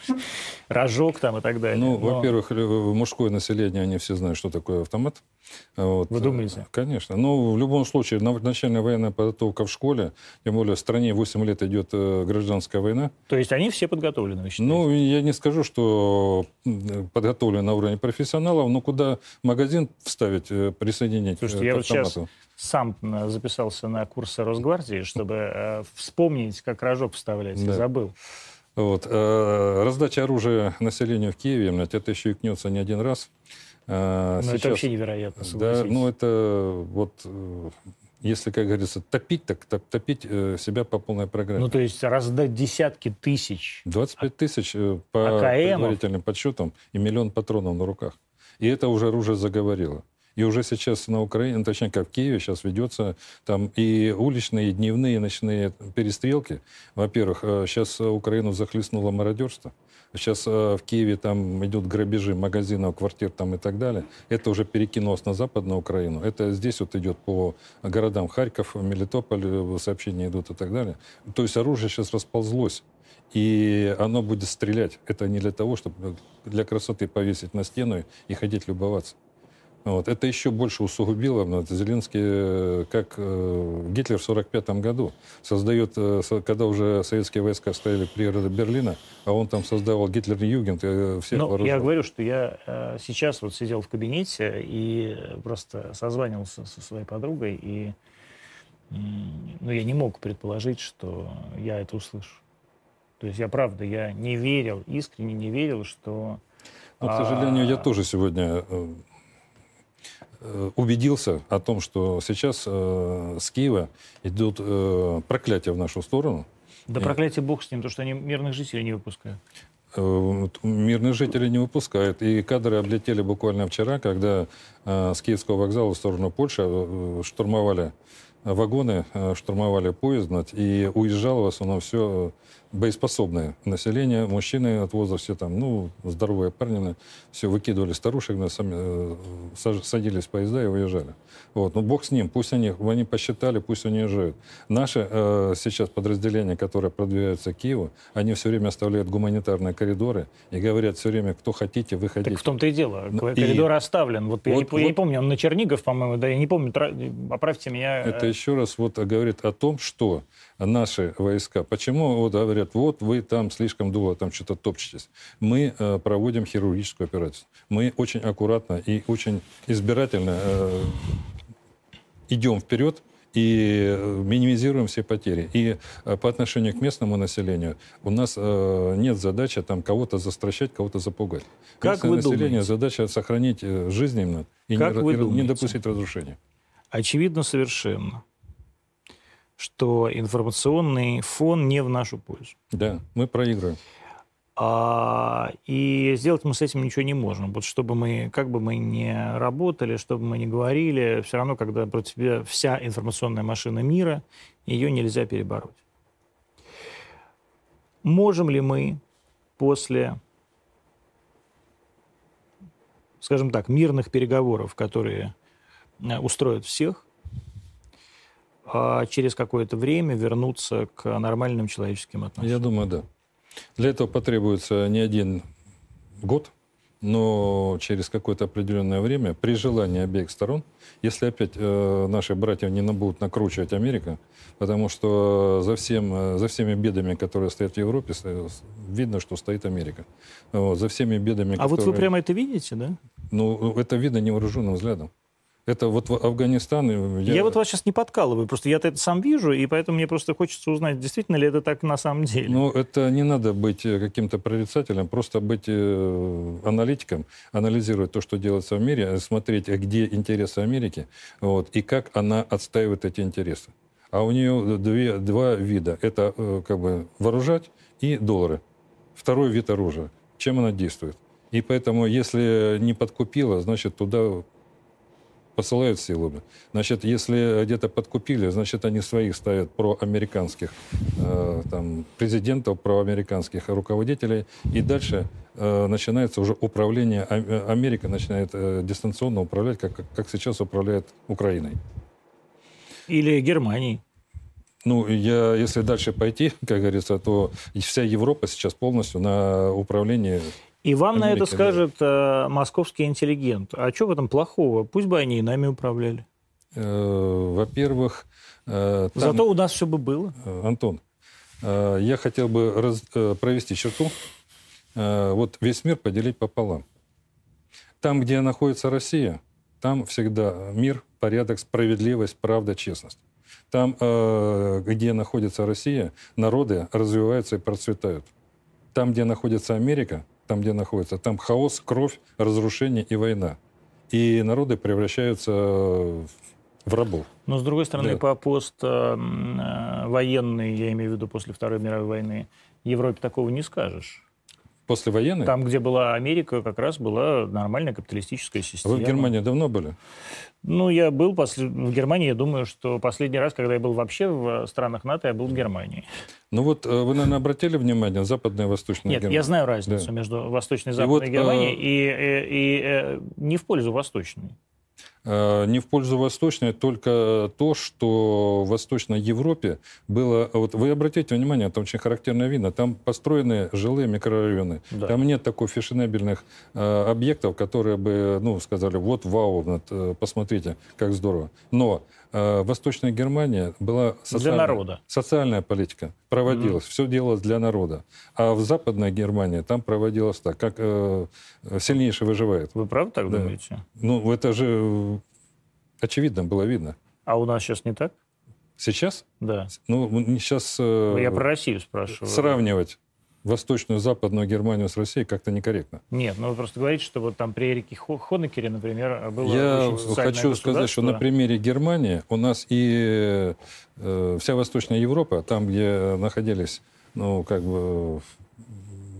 рожок там и так далее. Во-первых, мужское население, они все знают, что такое автомат. Вот. Вы думаете? Конечно. Но в любом случае, начальная военная подготовка в школе, тем более в стране 8 лет идет гражданская война. То есть они все подготовлены, вы считаете? Я не скажу, что подготовлены на уровне профессионалов, но куда магазин вставить, присоединить к автомату? Я вот сейчас сам записался на курсы Росгвардии, чтобы вспомнить, как рожок вставлять, и забыл. Вот. Раздача оружия населению в Киеве, это еще икнется не один раз. Сейчас, это вообще невероятно, согласитесь. Да, это если, как говорится, топить, так топить себя по полной программе. То есть раздать десятки тысяч. 25 тысяч по предварительным подсчетам и 1 миллион патронов на руках. И это уже оружие заговорило. И уже сейчас на Украине, точнее, как в Киеве, сейчас ведется там и уличные, и дневные, и ночные перестрелки. Во-первых, сейчас Украину захлестнуло мародерство. Сейчас в Киеве там идут грабежи магазинов, квартир там и так далее. Это уже перекинулось на Западную Украину. Это здесь идет по городам Харьков, Мелитополь, сообщения идут и так далее. То есть оружие сейчас расползлось. И оно будет стрелять. Это не для того, чтобы для красоты повесить на стену и ходить любоваться. Это еще больше усугубило. Зеленский, как Гитлер в 1945 году, создает, когда уже советские войска стояли при городе Берлина, а он там создавал Гитлер-Югенд, всех вооружал. Я говорю, что я сейчас сидел в кабинете и просто созванивался со своей подругой, и я не мог предположить, что я это услышу. То есть я не верил, искренне не верил, что... К сожалению, я тоже сегодня... убедился о том, что сейчас с Киева идут проклятия в нашу сторону. Да проклятие бог с ним, то, что они мирных жителей не выпускают. Мирных жителей не выпускают. И кадры облетели буквально вчера, когда с Киевского вокзала в сторону Польши штурмовали вагоны, штурмовали поезд, и уезжало в основном все боеспособное население, мужчины от возраста, там, здоровые парни, все выкидывали старушек, сами садились в поезда и уезжали. Вот. Ну, бог с ним, пусть они посчитали, пусть они уезжают. Наши сейчас подразделения, которые продвигаются к Киеву, они все время оставляют гуманитарные коридоры и говорят все время, кто хотите, выходите. Так в том-то и дело. Коридор оставлен. Я не помню, он на Чернигов, по-моему, да, я не помню, поправьте меня. Это еще раз говорит о том, что наши войска, почему говорят, вот вы там слишком долго там что-то топчетесь. Мы проводим хирургическую операцию. Мы очень аккуратно и очень избирательно идем вперед и минимизируем все потери. И по отношению к местному населению у нас нет задачи там кого-то застращать, кого-то запугать. Как вы думаете? Задача сохранить жизнь именно и не допустить разрушения. Очевидно совершенно, что информационный фон не в нашу пользу. Да, мы проигрываем. И сделать мы с этим ничего не можем. Вот чтобы мы, как бы мы ни работали, что бы мы ни говорили, все равно, когда против тебя вся информационная машина мира, ее нельзя перебороть. Можем ли мы после, скажем так, мирных переговоров, которые устроят всех, через какое-то время вернуться к нормальным человеческим отношениям? Я думаю, да. Для этого потребуется не один год, но через какое-то определенное время, при желании обеих сторон, если опять наши братья не будут накручивать Америку, потому что за всеми бедами, которые стоят в Европе, видно, что стоит Америка. Вот, за всеми бедами, вот вы прямо это видите, да? Ну, это видно невооруженным взглядом. Это вот Афганистан... Я вот вас сейчас не подкалываю, просто я-то это сам вижу, и поэтому мне просто хочется узнать, действительно ли это так на самом деле. Ну, это не надо быть каким-то прорицателем, просто быть аналитиком, анализировать то, что делается в мире, смотреть, где интересы Америки, вот, и как она отстаивает эти интересы. А у нее два вида. Это вооружать и доллары. Второй вид оружия. Чем она действует. И поэтому, если не подкупила, значит, туда... посылают силу. Значит, если где-то подкупили, значит, они своих ставят проамериканских президентов, проамериканских руководителей. И дальше начинается уже управление. Америка начинает дистанционно управлять, как сейчас управляет Украиной. Или Германией. Ну, если дальше пойти, как говорится, то вся Европа сейчас полностью на управлении... И вам Америка, на это скажет московский интеллигент. А что в этом плохого? Пусть бы они и нами управляли. Во-первых... Зато у нас все бы было. Антон, я хотел бы провести черту. Вот весь мир поделить пополам. Там, где находится Россия, там всегда мир, порядок, справедливость, правда, честность. Там, где находится Россия, народы развиваются и процветают. Там, где находится Америка, там хаос, кровь, разрушение и война. И народы превращаются в рабов. Но, с другой стороны, по поствоенной, я имею в виду после Второй мировой войны, Европе такого не скажешь. Послевоенной? Там, где была Америка, как раз была нормальная капиталистическая система. Вы в Германии давно были? Ну, я был в Германии. Я думаю, что последний раз, когда я был вообще в странах НАТО, я был в Германии. Ну вот вы, наверное, обратили внимание, западная и восточная Германия? Нет, я знаю разницу между восточной и западной Германией и не в пользу восточной. Не в пользу восточной, только то, что в Восточной Европе было... Вот вы обратите внимание, это очень характерно видно, там построены жилые микрорайоны. Да. Там нет таких фешенебельных объектов, которые бы, сказали, вот, вау, посмотрите, как здорово. Но Восточная Германия была социальная политика, проводилась, все делалось для народа. А в Западной Германии там проводилось так, как сильнейший выживает. Вы правда так думаете? Ну, это же очевидно было видно. А у нас сейчас не так? Сейчас? Да. Ну, сейчас... Я про Россию спрашиваю. Сравнивать Восточную, Западную Германию с Россией как-то некорректно. Нет, вы просто говорите, что вот там при Эрике Хонекере, например, было Я очень социальное хочу сказать, что на примере Германии у нас и вся Восточная Европа, там, где находились,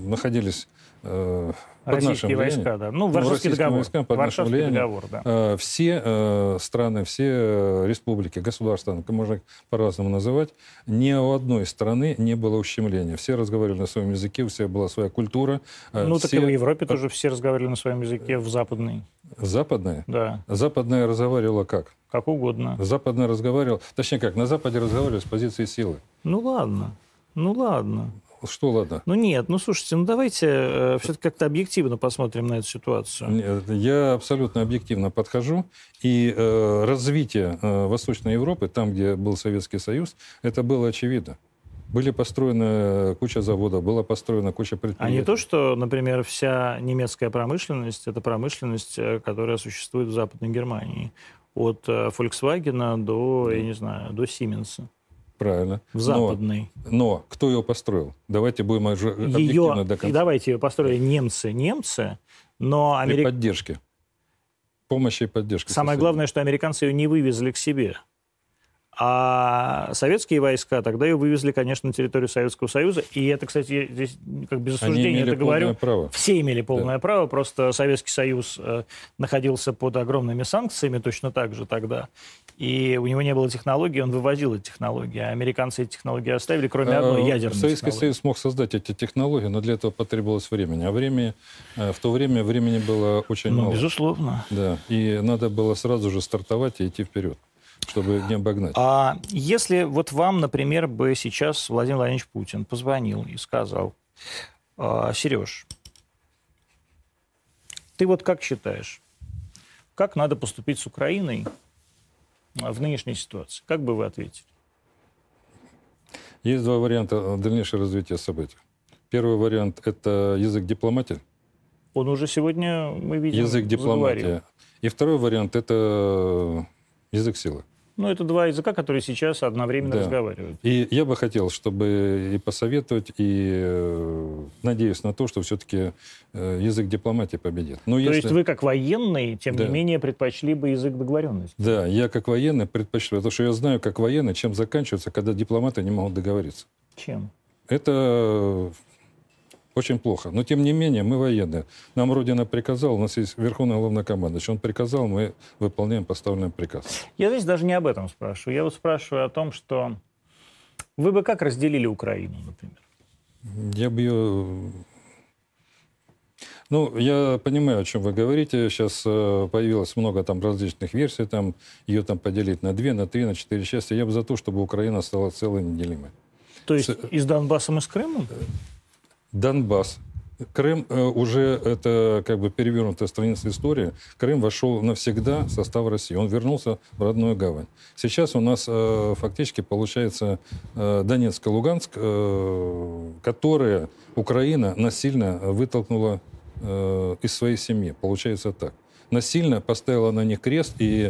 находились под нашим Российские влиянием. войска, да. Ну, Варшавский договор. Войскам под нашим Варшавский влиянием. договор, да. Все страны, все республики, государства, можно по-разному называть, ни у одной страны не было ущемления. Все разговаривали на своем языке, у всех была своя культура. Ну, так и в Европе тоже все разговаривали на своем языке, в западной. Западная? Да. Западная разговаривала как? Как угодно. Западная разговаривала... Точнее как, на Западе разговаривали с позиции силы. Ну, ладно. Ну, ладно. Что ладно? Ну, нет. Ну, слушайте, ну, давайте все-таки как-то объективно посмотрим на эту ситуацию. Нет, я абсолютно объективно подхожу. И развитие Восточной Европы, там, где был Советский Союз, это было очевидно. Были построены куча заводов, была построена куча предприятий. А не то, что, например, вся немецкая промышленность — это промышленность, которая существует в Западной Германии. От Volkswagen до, я не знаю, до Siemens. Правильно. В Западной. Но кто ее построил? Давайте будем уже объективно до конца. И давайте ее построили немцы, но При поддержке. Помощи и поддержки. Самое главное, что американцы ее не вывезли к себе. А советские войска тогда ее вывезли, конечно, на территорию Советского Союза. И это, кстати, здесь как без осуждения это говорю. Право. Все имели полное право, просто Советский Союз находился под огромными санкциями точно так же тогда. И у него не было технологий, он вывозил эти технологии. А американцы эти технологии оставили, кроме одной ядерной Советский Союз мог создать эти технологии, но для этого потребовалось времени. А в то время времени было очень мало. Безусловно. Да, и надо было сразу же стартовать и идти вперед, чтобы не обогнать. А если вот вам, например, бы сейчас Владимир Владимирович Путин позвонил и сказал: Сереж, ты вот как считаешь, как надо поступить с Украиной в нынешней ситуации? Как бы вы ответили? Есть два варианта дальнейшего развития событий. Первый вариант – это язык дипломатии. Он уже сегодня, мы видим, язык дипломатии. заговорил. И второй вариант – это язык силы. Ну, это два языка, которые сейчас одновременно разговаривают. И я бы хотел, чтобы и посоветовать, и надеюсь на то, что все-таки язык дипломатии победит. Но то есть вы, как военный, тем не менее, предпочли бы язык договоренности? Да, я как военный предпочту, потому что я знаю, как военный, чем заканчивается, когда дипломаты не могут договориться. Чем? Это очень плохо. Но, тем не менее, мы военные. Нам Родина приказала, у нас есть Верховный Главнокомандующий. Он приказал, мы выполняем поставленный приказ. Я здесь даже не об этом спрашиваю. Я вот спрашиваю о том, что вы бы как разделили Украину, например? Я бы ее... Ну, я понимаю, о чем вы говорите. Сейчас появилось много там различных версий. Там, ее там поделить на 2, на 3, на 4 части. Я бы за то, чтобы Украина стала целой, неделимой. То есть и с Донбассом, и с Крымом? Донбасс. Крым уже это как бы перевернутая страница истории. Крым вошел навсегда в состав России. Он вернулся в родную гавань. Сейчас у нас фактически получается Донецк и Луганск, которые Украина насильно вытолкнула из своей семьи. Получается так. Насильно поставила на них крест, и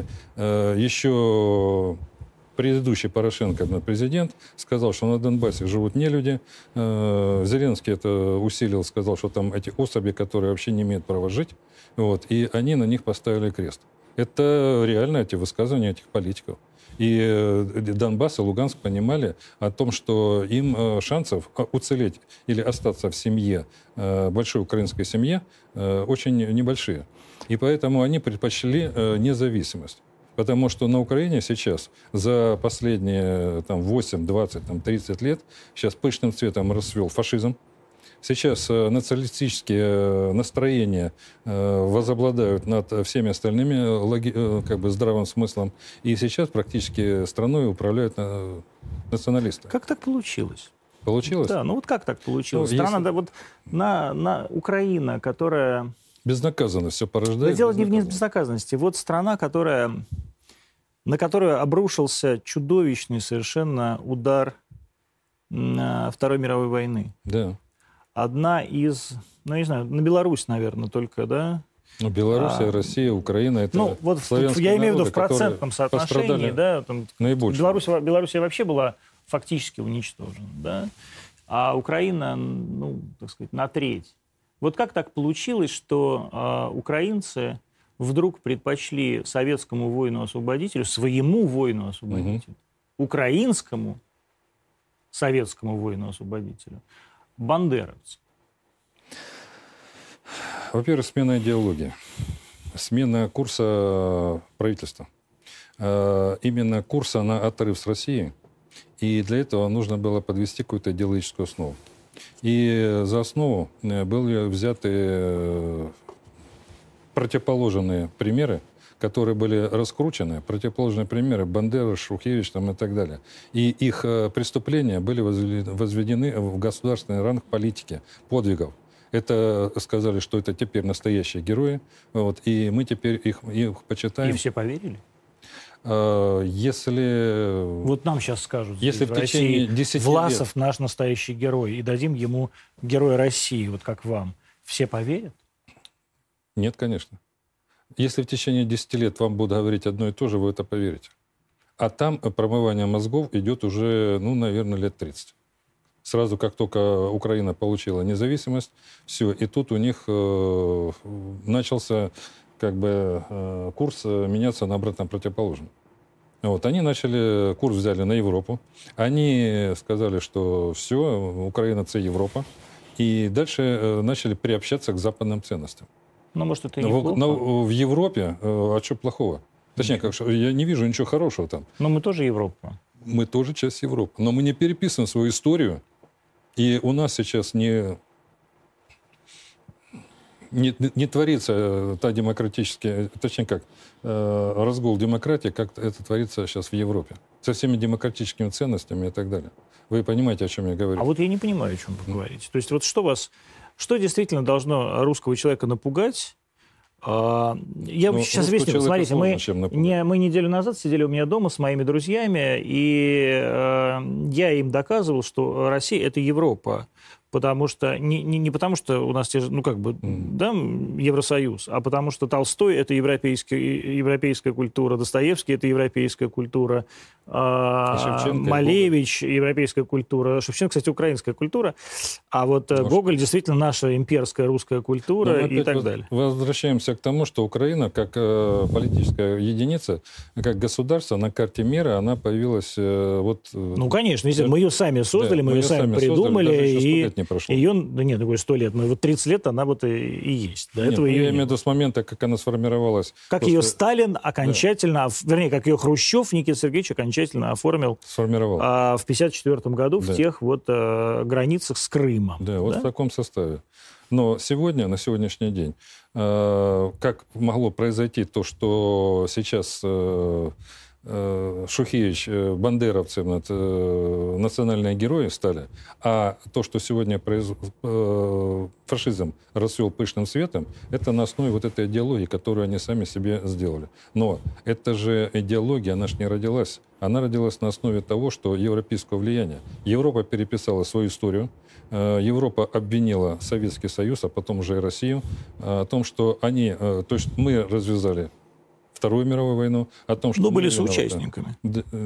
еще предыдущий Порошенко, президент, сказал, что на Донбассе живут нелюди. Зеленский это усилил, сказал, что там эти особи, которые вообще не имеют права жить. Вот, и они на них поставили крест. Это реально эти высказывания этих политиков. И Донбасс и Луганск понимали о том, что им шансов уцелеть или остаться в семье, большой украинской семье, очень небольшие. И поэтому они предпочли независимость. Потому что на Украине сейчас за последние там, 8, 20, там, 30 лет сейчас пышным цветом расцвел фашизм. Сейчас националистические настроения возобладают над всеми остальными как бы здравым смыслом. И сейчас практически страной управляют националисты. Как так получилось? Получилось? Да, ну вот как так получилось? Ну, Страна, да, вот на Украина, которая... Безнаказанность все порождает. Но дело не в безнаказанности. Вот страна, на которую обрушился чудовищный совершенно удар Второй мировой войны. Да. Одна из, ну, не знаю, на Беларусь, наверное, только, да? Ну, Белоруссия, Россия, Украина, это ну, вот я имею в виду в процентном соотношении, да, там, наибольше. Белоруссия вообще была фактически уничтожена, да, а Украина, ну, так сказать, на треть. Вот как так получилось, что украинцы вдруг предпочли советскому воину-освободителю, своему воину-освободителю, украинскому советскому воину-освободителю, бандеровцу? Во-первых, смена идеологии, смена курса правительства, именно курса на отрыв с Россией. И для этого нужно было подвести какую-то идеологическую основу. И за основу были взяты противоположные примеры, которые были раскручены, противоположные примеры Бандера, Шухевич там, и так далее. И их преступления были возведены в государственный ранг политики, подвигов. Это сказали, что это теперь настоящие герои, вот, и мы теперь их почитаем. И все поверили? Если... Вот нам сейчас скажут, если в течение 10 Власов лет... наш настоящий герой, и дадим ему героя России, вот как вам, все поверят? Нет, конечно. Если в течение 10 лет вам будут говорить одно и то же, вы это поверите. А там промывание мозгов идет уже, ну, наверное, лет 30. Сразу, как только Украина получила независимость, все, и тут у них начался как бы курс меняться на обратно противоположный. Вот, они курс взяли на Европу. Они сказали, что все, Украина – это Европа. И дальше начали приобщаться к западным ценностям. Ну, может, это и неплохо. Но в Европе, а что плохого? Точнее, я не вижу ничего хорошего там. Но мы тоже Европа. Мы тоже часть Европы. Но мы не переписываем свою историю. И у нас сейчас не творится та демократическая, точнее как, разгул демократии, как это творится сейчас в Европе. Со всеми демократическими ценностями и так далее. Вы понимаете, о чем я говорю? А вот я не понимаю, о чем вы говорите. То есть вот что действительно должно русского человека напугать? Я сейчас объясню. Смотрите, мы неделю назад сидели у меня дома с моими друзьями, и я им доказывал, что Россия – это Европа. Потому что, не потому что у нас те же, ну как бы, да, Евросоюз, а потому что Толстой – это европейская культура, Достоевский – это европейская культура, Малевич – европейская культура, Шевченко, кстати, украинская культура, а вот Гоголь действительно наша имперская русская культура и так далее. Возвращаемся к тому, что Украина как политическая единица, как государство на карте мира, она появилась вот... Ну, конечно, мы ее сами создали, мы ее сами придумали, и ее, да нет, такое 100 лет, но вот 30 лет она вот и есть. До этого я имею в виду с момента, как она сформировалась. Как ее Сталин окончательно, вернее, как ее Хрущев Никита Сергеевич окончательно оформил в 1954 году в тех вот границах с Крымом. Да, вот в таком составе. Но сегодня, на сегодняшний день, как могло произойти то, что сейчас Шухевич, бандеровцы, национальные герои стали, а то, что сегодня фашизм расцвел пышным цветом, это на основе вот этой идеологии, которую они сами себе сделали. Но эта же идеология, она же не родилась. Она родилась на основе того, что европейского влияния. Европа переписала свою историю, Европа обвинила Советский Союз, а потом уже и Россию, о том, что то есть мы развязали Вторую мировую войну, о том, что... Ну, были соучастниками.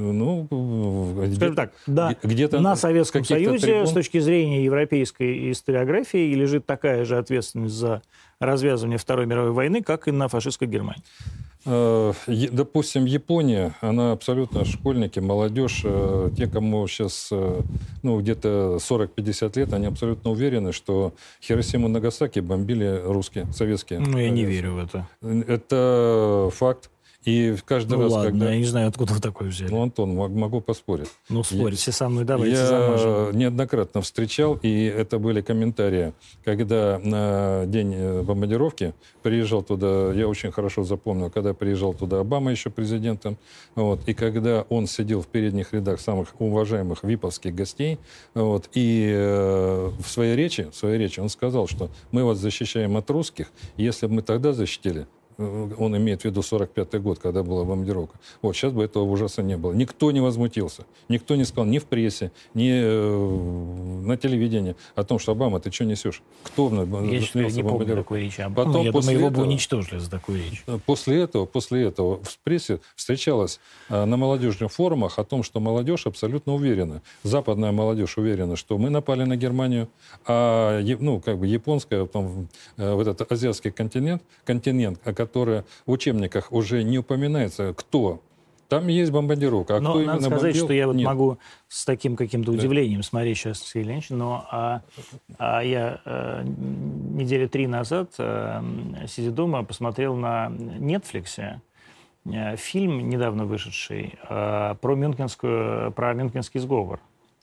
Скажем так, да, где-то на Советском Союзе с точки зрения европейской историографии лежит такая же ответственность за развязывание Второй мировой войны, как и на фашистской Германии. Допустим, Япония, она абсолютно школьники, молодежь, те, кому сейчас где-то 40-50 лет, они абсолютно уверены, что Хиросиму и Нагасаки бомбили русские, советские. Ну, я не верю в это. Это факт. И каждый раз, ладно, когда... я не знаю, откуда вы такое взяли. Ну, Антон, могу поспорить. Ну, спорите со мной, давайте замажем. Я неоднократно встречал, и это были комментарии, когда на день бомбардировки приезжал туда, я очень хорошо запомнил, когда приезжал туда Обама еще президентом, вот, и когда он сидел в передних рядах самых уважаемых виповских гостей, вот, и в своей речи он сказал, что мы вас защищаем от русских, если бы мы тогда защитили, он имеет в виду 45-й год, когда была бомбардировка. Вот, сейчас бы этого ужаса не было. Никто не возмутился. Никто не сказал ни в прессе, ни на телевидении о том, что Обама, ты что несешь? Кто я не помню такой речи. Потом, я думаю, его бы уничтожили за такую речь. После этого в прессе встречалось на молодежных форумах о том, что молодежь абсолютно уверена. Западная молодежь уверена, что мы напали на Германию, а японская, потом, вот этот азиатский континент, который в учебниках уже не упоминается, кто Там есть бомбардировка. А но кто надо именно сказать, бомбил? что я вот Нет. могу с таким каким-то удивлением смотреть сейчас Сергей Леонидович, но я недели 3 назад, сидя дома, посмотрел на Netflix фильм, недавно вышедший, про Мюнхенский сговор.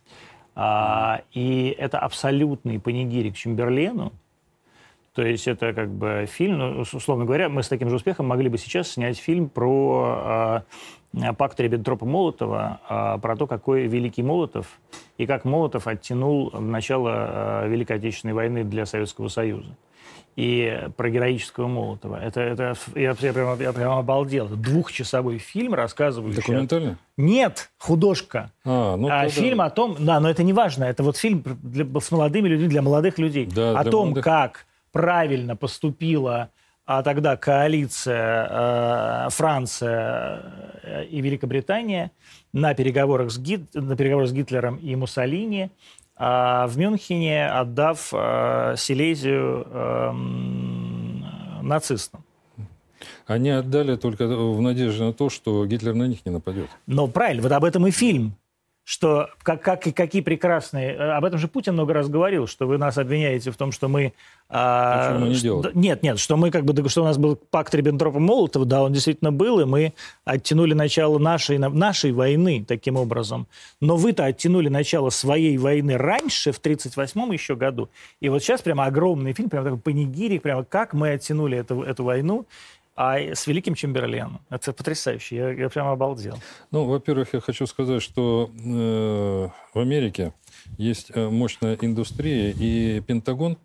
И это абсолютный панигирик Чемберлену. То есть это как бы фильм, ну, условно говоря, мы с таким же успехом могли бы сейчас снять фильм про пакт Риббентропа-Молотова, про то, какой великий Молотов, и как Молотов оттянул начало Великой Отечественной войны для Советского Союза. И про героического Молотова. Я прям обалдел. Это 2-часовой фильм, рассказывающий... Документальный? Нет, художка. Фильм о том... Да, но это не важно. Это вот фильм с молодыми людьми, для молодых людей. Да, о том, как правильно поступила тогда коалиция Франция и Великобритания на переговорах с Гитлером и Муссолини, в Мюнхене отдав Силезию нацистам. Они отдали только в надежде на то, что Гитлер на них не нападет. Но правильно, вот об этом и фильм. Что какие прекрасные... Об этом же Путин много раз говорил, что вы нас обвиняете в том, что мы... Почему мы не делали? Нет, что мы что у нас был пакт Риббентропа-Молотова, да, он действительно был, и мы оттянули начало нашей войны таким образом. Но вы-то оттянули начало своей войны раньше, в 1938 еще году. И вот сейчас прямо огромный фильм, прямо такой панигирик, прямо как мы оттянули эту войну. С великим Чемберленом. Это потрясающе. Я прямо обалдел. Ну, во-первых, я хочу сказать, что в Америке есть мощная индустрия, и Пентагон,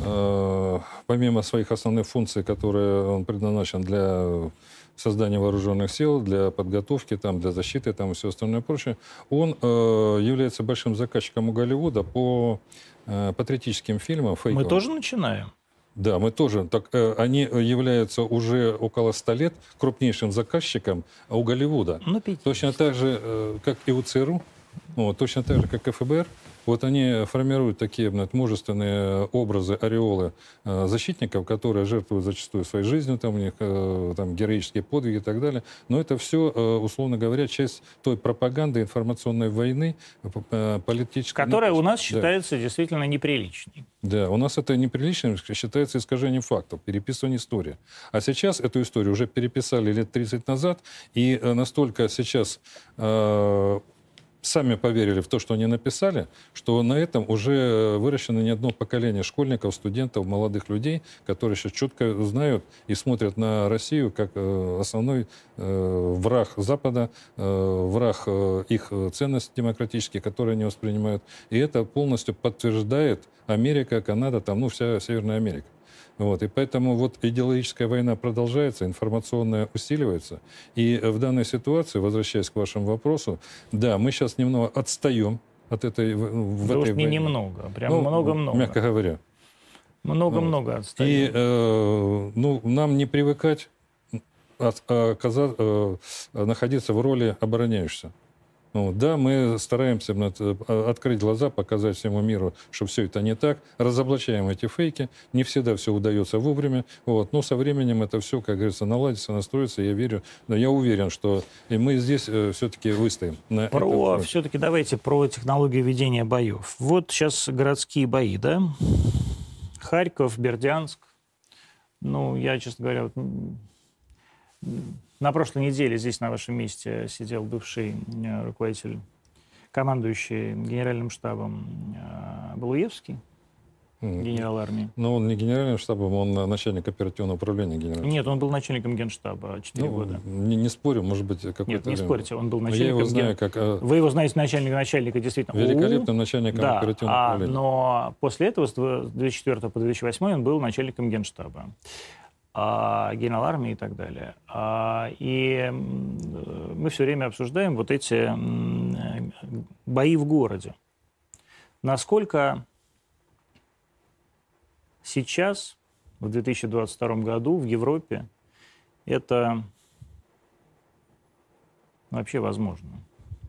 помимо своих основных функций, которые он предназначен для создания вооруженных сил, для подготовки, для защиты и все остальное прочее, он является большим заказчиком у Голливуда по патриотическим фильмам. Фейковым. Мы тоже начинаем. Да, мы тоже. Так, они являются уже около 100 лет крупнейшим заказчиком у Голливуда. Точно так же, как и у ЦРУ, точно так же, как и ФБР. Вот они формируют такие мужественные образы, ореолы защитников, которые жертвуют зачастую своей жизнью, у них героические подвиги и так далее. Но это все, условно говоря, часть той пропаганды информационной войны, политической... Которая у нас считается действительно неприличной. Да, у нас это неприличным считается искажением фактов, переписывание истории. А сейчас эту историю уже переписали лет 30 назад, и настолько сейчас... сами поверили в то, что они написали, что на этом уже выращено не одно поколение школьников, студентов, молодых людей, которые сейчас четко знают и смотрят на Россию как основной враг Запада, враг их ценностей демократических, которые они воспринимают. И это полностью подтверждает Америка, Канада, вся Северная Америка. И поэтому идеологическая война продолжается, информационная усиливается. И в данной ситуации, возвращаясь к вашему вопросу, да, мы сейчас немного отстаем от этой войны. Да уж не немного, прям много-много. Мягко говоря. Много-много отстаем. И нам не привыкать находиться в роли обороняющихся. Да, мы стараемся открыть глаза, показать всему миру, что все это не так, разоблачаем эти фейки, не всегда все удается вовремя, но со временем это все, как говорится, наладится, настроится, я уверен, что и мы здесь все-таки выстоим. Все-таки давайте про технологию ведения боев. Вот сейчас городские бои, да? Харьков, Бердянск. Я, честно говоря, на прошлой неделе здесь, на вашем месте, сидел бывший руководитель, командующий генеральным штабом Балуевский, генерал армии. Но он не генеральным штабом, он начальник оперативного управления генерального. Нет, он был начальником Генштаба 4 года. Не спорю, может быть, какой-то... Нет, не спорьте, он был начальником... Я его знаю как... Вы его знаете начальника действительно. Великолепным начальником оперативного управления. Но после этого, с 2004 по 2008 он был начальником Генштаба. Генерал армии и так далее. И мы все время обсуждаем эти бои в городе. Насколько сейчас, в 2022 году, в Европе это вообще возможно?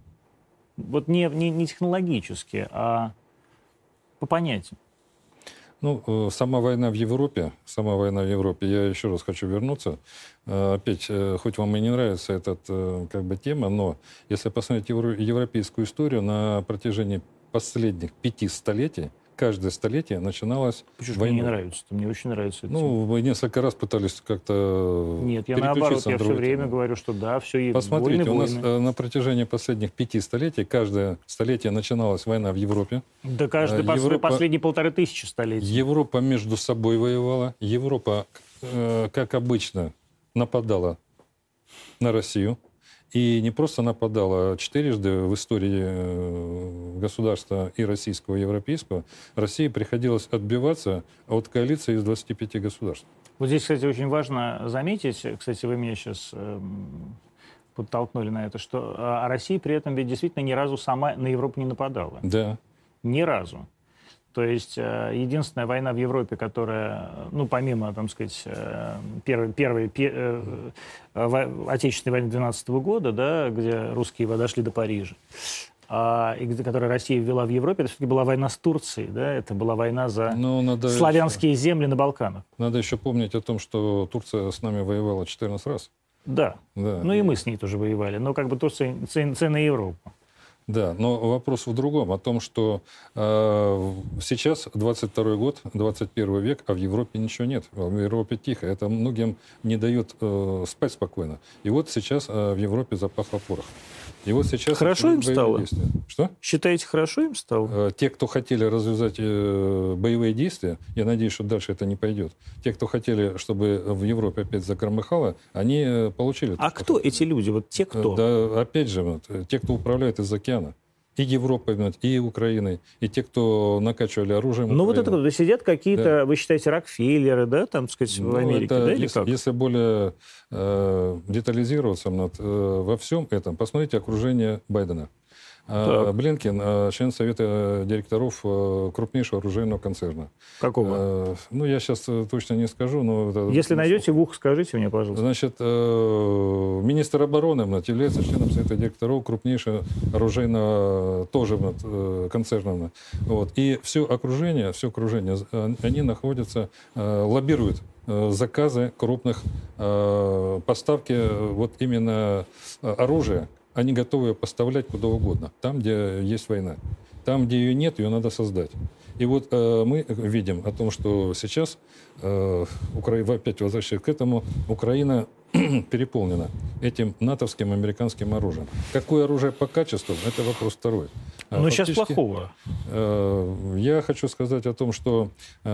Не технологически, а по понятиям. Сама война в Европе, я еще раз хочу вернуться. Опять, хоть вам и не нравится эта тема, но если посмотреть европейскую историю, на протяжении последних 5 столетий, каждое столетие начиналось Почему мне не нравится? Мне очень нравится это. Вы несколько раз пытались как-то Нет, я наоборот, я все время говорю, что да, все есть. Посмотрите, у нас на протяжении последних 5 столетий, каждое столетие начиналась война в Европе. Да каждый последние 1500 столетий. Европа между собой воевала. Европа, как обычно, нападала на Россию. И не просто нападала, а 4-жды в истории государства и российского, и европейского России приходилось отбиваться от коалиции из 25 государств. Вот здесь, кстати, очень важно заметить, кстати, вы меня сейчас подтолкнули на это, что Россия при этом ведь действительно ни разу сама на Европу не нападала. Да. Ни разу. То есть единственная война в Европе, которая, помимо, Отечественной войны 12 года, да, где русские дошли до Парижа, которую Россия ввела в Европе, это все-таки была война с Турцией, да, это была война за славянские земли на Балканах. Надо еще помнить о том, что Турция с нами воевала 14 раз. Да. И мы с ней тоже воевали, но Турция цена Европа. Да, но вопрос в другом, о том, что сейчас 22 год, 21 век, а в Европе ничего нет. В Европе тихо. Это многим не дает спать спокойно. И вот сейчас в Европе запахло порохом. И вот сейчас хорошо им стало? Действия. Что? Считаете, хорошо им стало? Те, кто хотели развязать боевые действия, я надеюсь, что дальше это не пойдет. Те, кто хотели, чтобы в Европе опять загромыхало, они получили. А кто хотели. Эти люди? Вот те, кто? Да, опять же, те, кто управляет из океана. И Европой, и Украиной, и те, кто накачивали оружием. Ну, вот это сидят какие-то, да. Вы считаете, Рокфеллеры, да, там, так сказать, в Америке, да, или как? Если более детализироваться во всем этом, посмотрите окружение Байдена. Блинкен, член Совета директоров крупнейшего оружейного концерна. Какого? Я сейчас точно не скажу. Но если найдете в ухо, скажите мне, пожалуйста. Значит, министр обороны является членом Совета директоров крупнейшего оружейного тоже концерна. И все окружение, они находятся, лоббируют заказы крупных поставки именно оружия. Они готовы поставлять куда угодно, там, где есть война. Там, где ее нет, ее надо создать. И вот мы видим о том, что сейчас, опять возвращаясь к этому, Украина переполнена этим натовским, американским оружием. Какое оружие по качеству, это вопрос второй. Но сейчас плохого. Я хочу сказать о том, что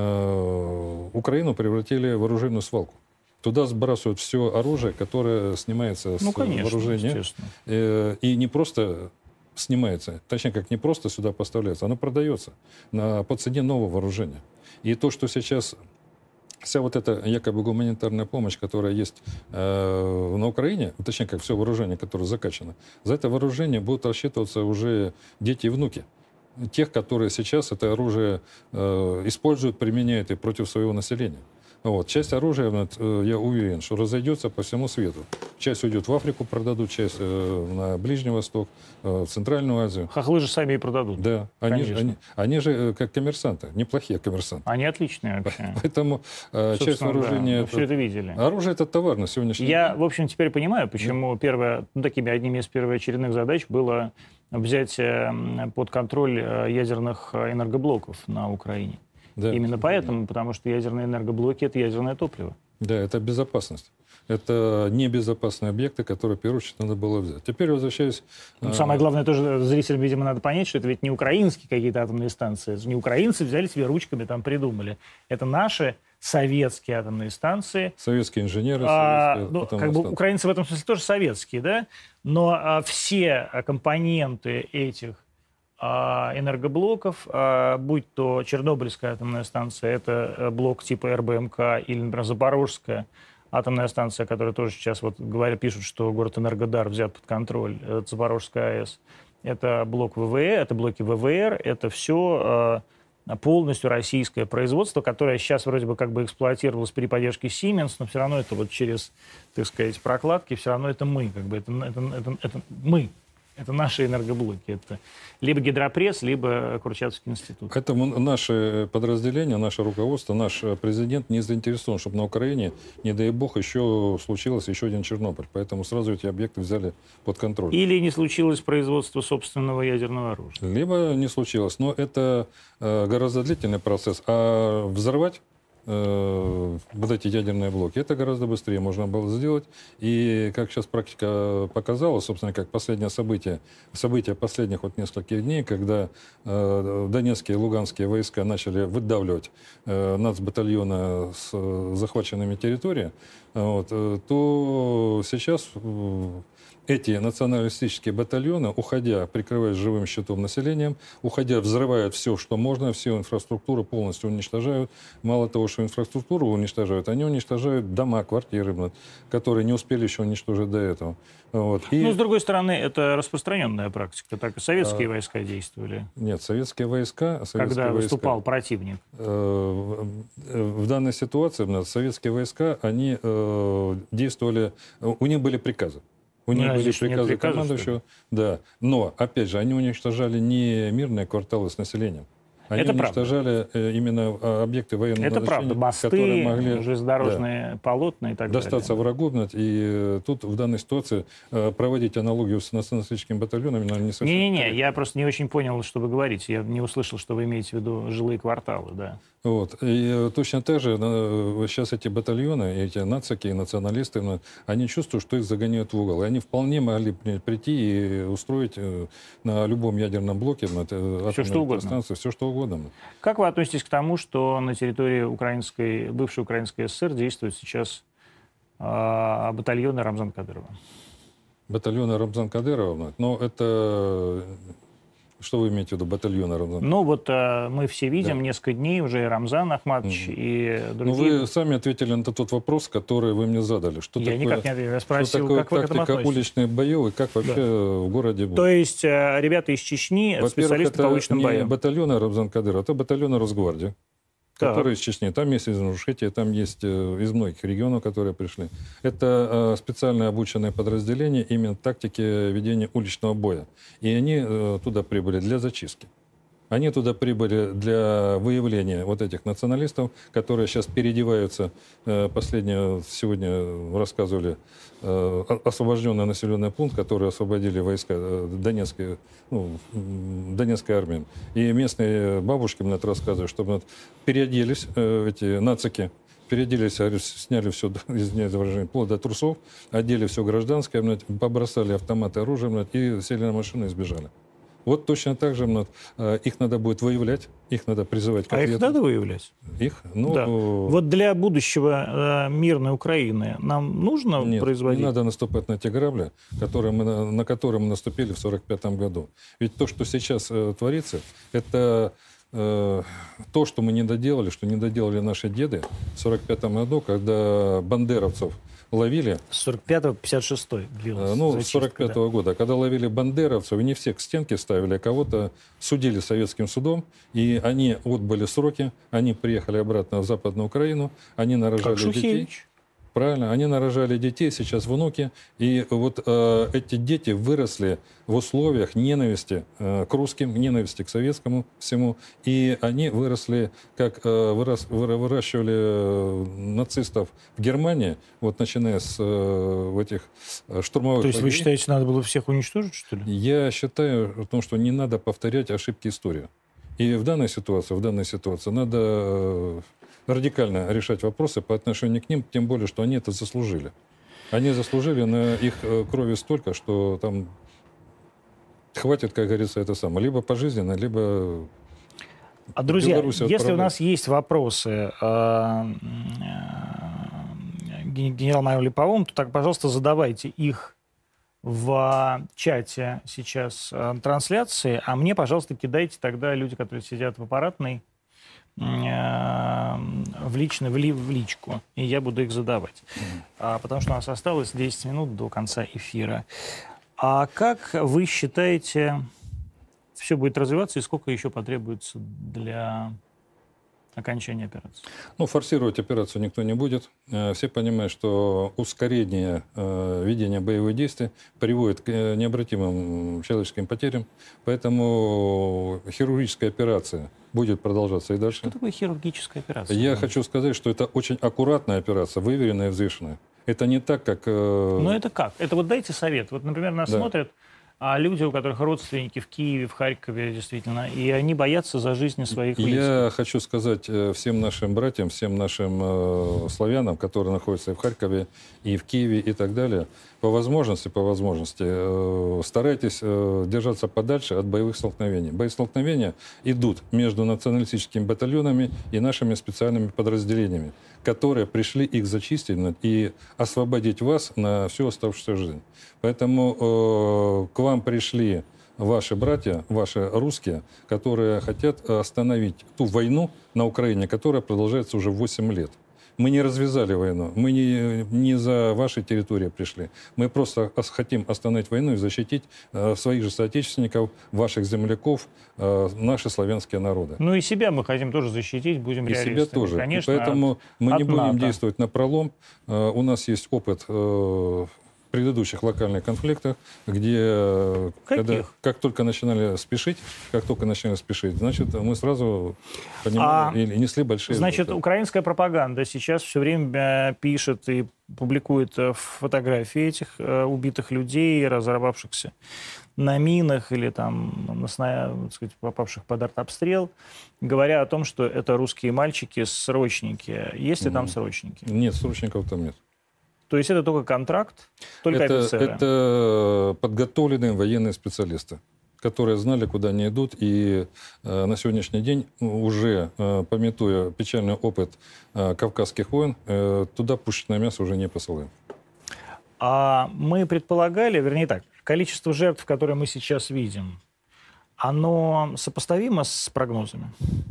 Украину превратили в оружейную свалку. Туда сбрасывают все оружие, которое снимается с вооружения. И не просто снимается, точнее, как не просто сюда поставляется, оно продается по цене нового вооружения. И то, что сейчас вся эта якобы гуманитарная помощь, которая есть на Украине, точнее, как все вооружение, которое закачано, за это вооружение будут рассчитываться уже дети и внуки тех, которые сейчас это оружие используют, применяют и против своего населения. Часть оружия, я уверен, что разойдется по всему свету. Часть уйдет в Африку, продадут, часть на Ближний Восток, в Центральную Азию. Хохлы же сами и продадут. Да, они же как коммерсанты, неплохие коммерсанты. Они отличные вообще. Поэтому часть вооружения... Мы все это видели. Оружие — это товар на сегодняшний день. Я, в общем, теперь понимаю, почему одними из первоочередных задач было взять под контроль ядерных энергоблоков на Украине. Да. Именно поэтому, потому что ядерные энергоблоки — это ядерное топливо. Да, это безопасность. Это небезопасные объекты, которые, в первую очередь, надо было взять. Теперь возвращаясь... Самое главное, тоже зрителям, видимо, надо понять, что это ведь не украинские какие-то атомные станции. Не украинцы взяли себе ручками, там придумали. Это наши советские атомные станции. Советские инженеры. Украинцы в этом смысле тоже советские, да? Но все компоненты этих энергоблоков, будь то Чернобыльская атомная станция, это блок типа РБМК, или, например, Запорожская атомная станция, которая тоже сейчас пишут, что город Энергодар взят под контроль, это Запорожская АЭС, это блок ВВЭ, это блоки ВВР, это все полностью российское производство, которое сейчас вроде бы эксплуатировалось при поддержке Siemens, но все равно это через, так сказать, прокладки, все равно это мы, это мы. Это наши энергоблоки. Это либо Гидропресс, либо Курчатовский институт. Это наше подразделение, наше руководство, наш президент не заинтересован, чтобы на Украине, не дай бог, еще случилось еще один Чернобыль. Поэтому сразу эти объекты взяли под контроль. Или не случилось производство собственного ядерного оружия. Либо не случилось. Но это гораздо длительный процесс. А взорвать вот эти ядерные блоки, это гораздо быстрее можно было сделать. И, как сейчас практика показала, собственно, как последнее события последних вот нескольких дней, когда донецкие и луганские войска начали выдавливать нацбатальоны с захваченными территориями, вот, то сейчас эти националистические батальоны, уходя, прикрываясь живым щитом населением, уходя, взрывают все, что можно, всю инфраструктуру полностью уничтожают. Мало того, что инфраструктуру уничтожают, они уничтожают дома, квартиры, которые не успели еще уничтожить до этого. Вот. Но, с другой стороны, это распространенная практика. Так и советские войска действовали. Нет, советские войска... Когда выступал противник. В данной ситуации советские войска, они действовали... У них были приказы. У них были приказы командующего. Да. Но, опять же, они уничтожали не мирные кварталы с населением. Они уничтожали именно объекты военного назначения. Это правда. Мосты, могли, железнодорожные полотна и так далее. Достаться врагу. И тут в данной ситуации проводить аналогию с националистическими батальонами, наверное, не совсем... Не-не-не, я просто не очень понял, что вы говорите. Я не услышал, что вы имеете в виду жилые кварталы, да. Вот. И точно так же сейчас эти батальоны, эти нацики, националисты, они чувствуют, что их загоняют в угол. И они вполне могли прийти и устроить на любом ядерном блоке атомной станции все, что угодно. Как вы относитесь к тому, что на территории бывшей Украинской ССР действуют сейчас батальоны Рамзана Кадырова? Батальоны Рамзана Кадырова? Но это... Что вы имеете в виду, батальоны Рамзана? Ну вот мы все видим, несколько дней уже и Рамзан Ахматович, и другие. Ну вы сами ответили на тот вопрос, который вы мне задали. Что я такое, никак не ответил, я спросил, что как вы к этому относитесь? уличные бои и как вообще в городе будет? То есть ребята из Чечни, специалисты по уличным боям? Это не батальоны Рамзана Кадырова, это батальоны Росгвардии. Которые из Чечни. Там есть из Ингушетии, там есть из многих регионов, которые пришли. Это специально обученные подразделения именно тактики ведения уличного боя. И они туда прибыли для зачистки. Они туда прибыли для выявления вот этих националистов, которые сейчас переодеваются. Последнее сегодня рассказывали освобожденный населенный пункт, который освободили войска Донецкой армии. И местные бабушки мне это рассказывают, чтобы переоделись эти нацики, переоделись, сняли все, извиняюсь за выражение, вплоть до трусов, одели все гражданское, побросали автоматы, оружие и сели на машину и сбежали. Вот точно так же их надо будет выявлять, их надо призывать к ответу. А их надо выявлять? Их? Да. Вот для будущего мирной Украины нам нужно производить? Не надо наступать на те грабли, на которые мы наступили в 1945 году. Ведь то, что сейчас творится, это то, что мы не доделали, что не доделали наши деды в 1945 году, когда бандеровцев ловили... С 45-го 56-й длилось. Ну, с 45-го года. Когда ловили бандеровцев, и не всех к стенке ставили, а кого-то судили советским судом, и они отбыли сроки, они приехали обратно в Западную Украину, они нарожали детей. Правильно, они нарожали детей, сейчас внуки, и вот эти дети выросли в условиях ненависти к русским, ненависти к советскому всему, и они выросли, как выращивали нацистов в Германии, вот начиная с этих штурмовых... То есть вы считаете, надо было всех уничтожить, что ли? Я считаю о том, что не надо повторять ошибки истории. И в данной ситуации надо радикально решать вопросы по отношению к ним, тем более, что они это заслужили. Они заслужили на их крови столько, что там хватит, как говорится, это самое. Либо пожизненно, либо... Друзья, если у нас есть вопросы генерал-майору Липовому, то так, пожалуйста, задавайте их в чате сейчас трансляции, а мне, пожалуйста, кидайте тогда люди, которые сидят в аппаратной, в личку, и я буду их задавать. Потому что у нас осталось 10 минут до конца эфира. А как вы считаете, все будет развиваться, и сколько еще потребуется для окончания операции? Ну, форсировать операцию никто не будет. Все понимают, что ускорение ведения боевых действий приводит к необратимым человеческим потерям. Поэтому хирургическая операция будет продолжаться и дальше. Что такое хирургическая операция? Я хочу сказать, что это очень аккуратная операция, выверенная и взвешенная. Это не так, как... Ну, это как? Это вот дайте совет. Вот, например, нас Да. смотрят люди, у которых родственники в Киеве, в Харькове, действительно, и они боятся за жизни своих близких. Я хочу сказать всем нашим братьям, всем нашим славянам, которые находятся и в Харькове, и в Киеве, и так далее, по возможности, старайтесь держаться подальше от боевых столкновений. Боестолкновения идут между националистическими батальонами и нашими специальными подразделениями, которые пришли их зачистить и освободить вас на всю оставшуюся жизнь. Поэтому к вам пришли ваши братья, ваши русские, которые хотят остановить ту войну на Украине, которая продолжается уже 8 лет. Мы не развязали войну, мы не за ваши территории пришли. Мы просто хотим остановить войну и защитить своих же соотечественников, ваших земляков, наши славянские народы. Ну и себя мы хотим тоже защитить, будем И реалистами. себя тоже. Конечно, И поэтому мы не будем НАТО. действовать напролом. У нас есть опыт предыдущих локальных конфликтах, где как только начинали спешить, значит, мы сразу понимали и несли большие... Значит, результаты. украинская пропаганда сейчас все время пишет и публикует фотографии этих убитых людей, разорвавшихся на минах или там, так сказать, попавших под артобстрел, говоря о том, что это русские мальчики-срочники. Есть ли там срочники? Нет, срочников там нет. То есть это только контракт, только офицеры? Это подготовленные военные специалисты, которые знали, куда они идут. И на сегодняшний день, уже памятуя печальный опыт Кавказских войн, туда пушечное мясо уже не посылаем. А мы предполагали, вернее так, количество жертв, которые мы сейчас видим, оно сопоставимо с прогнозами?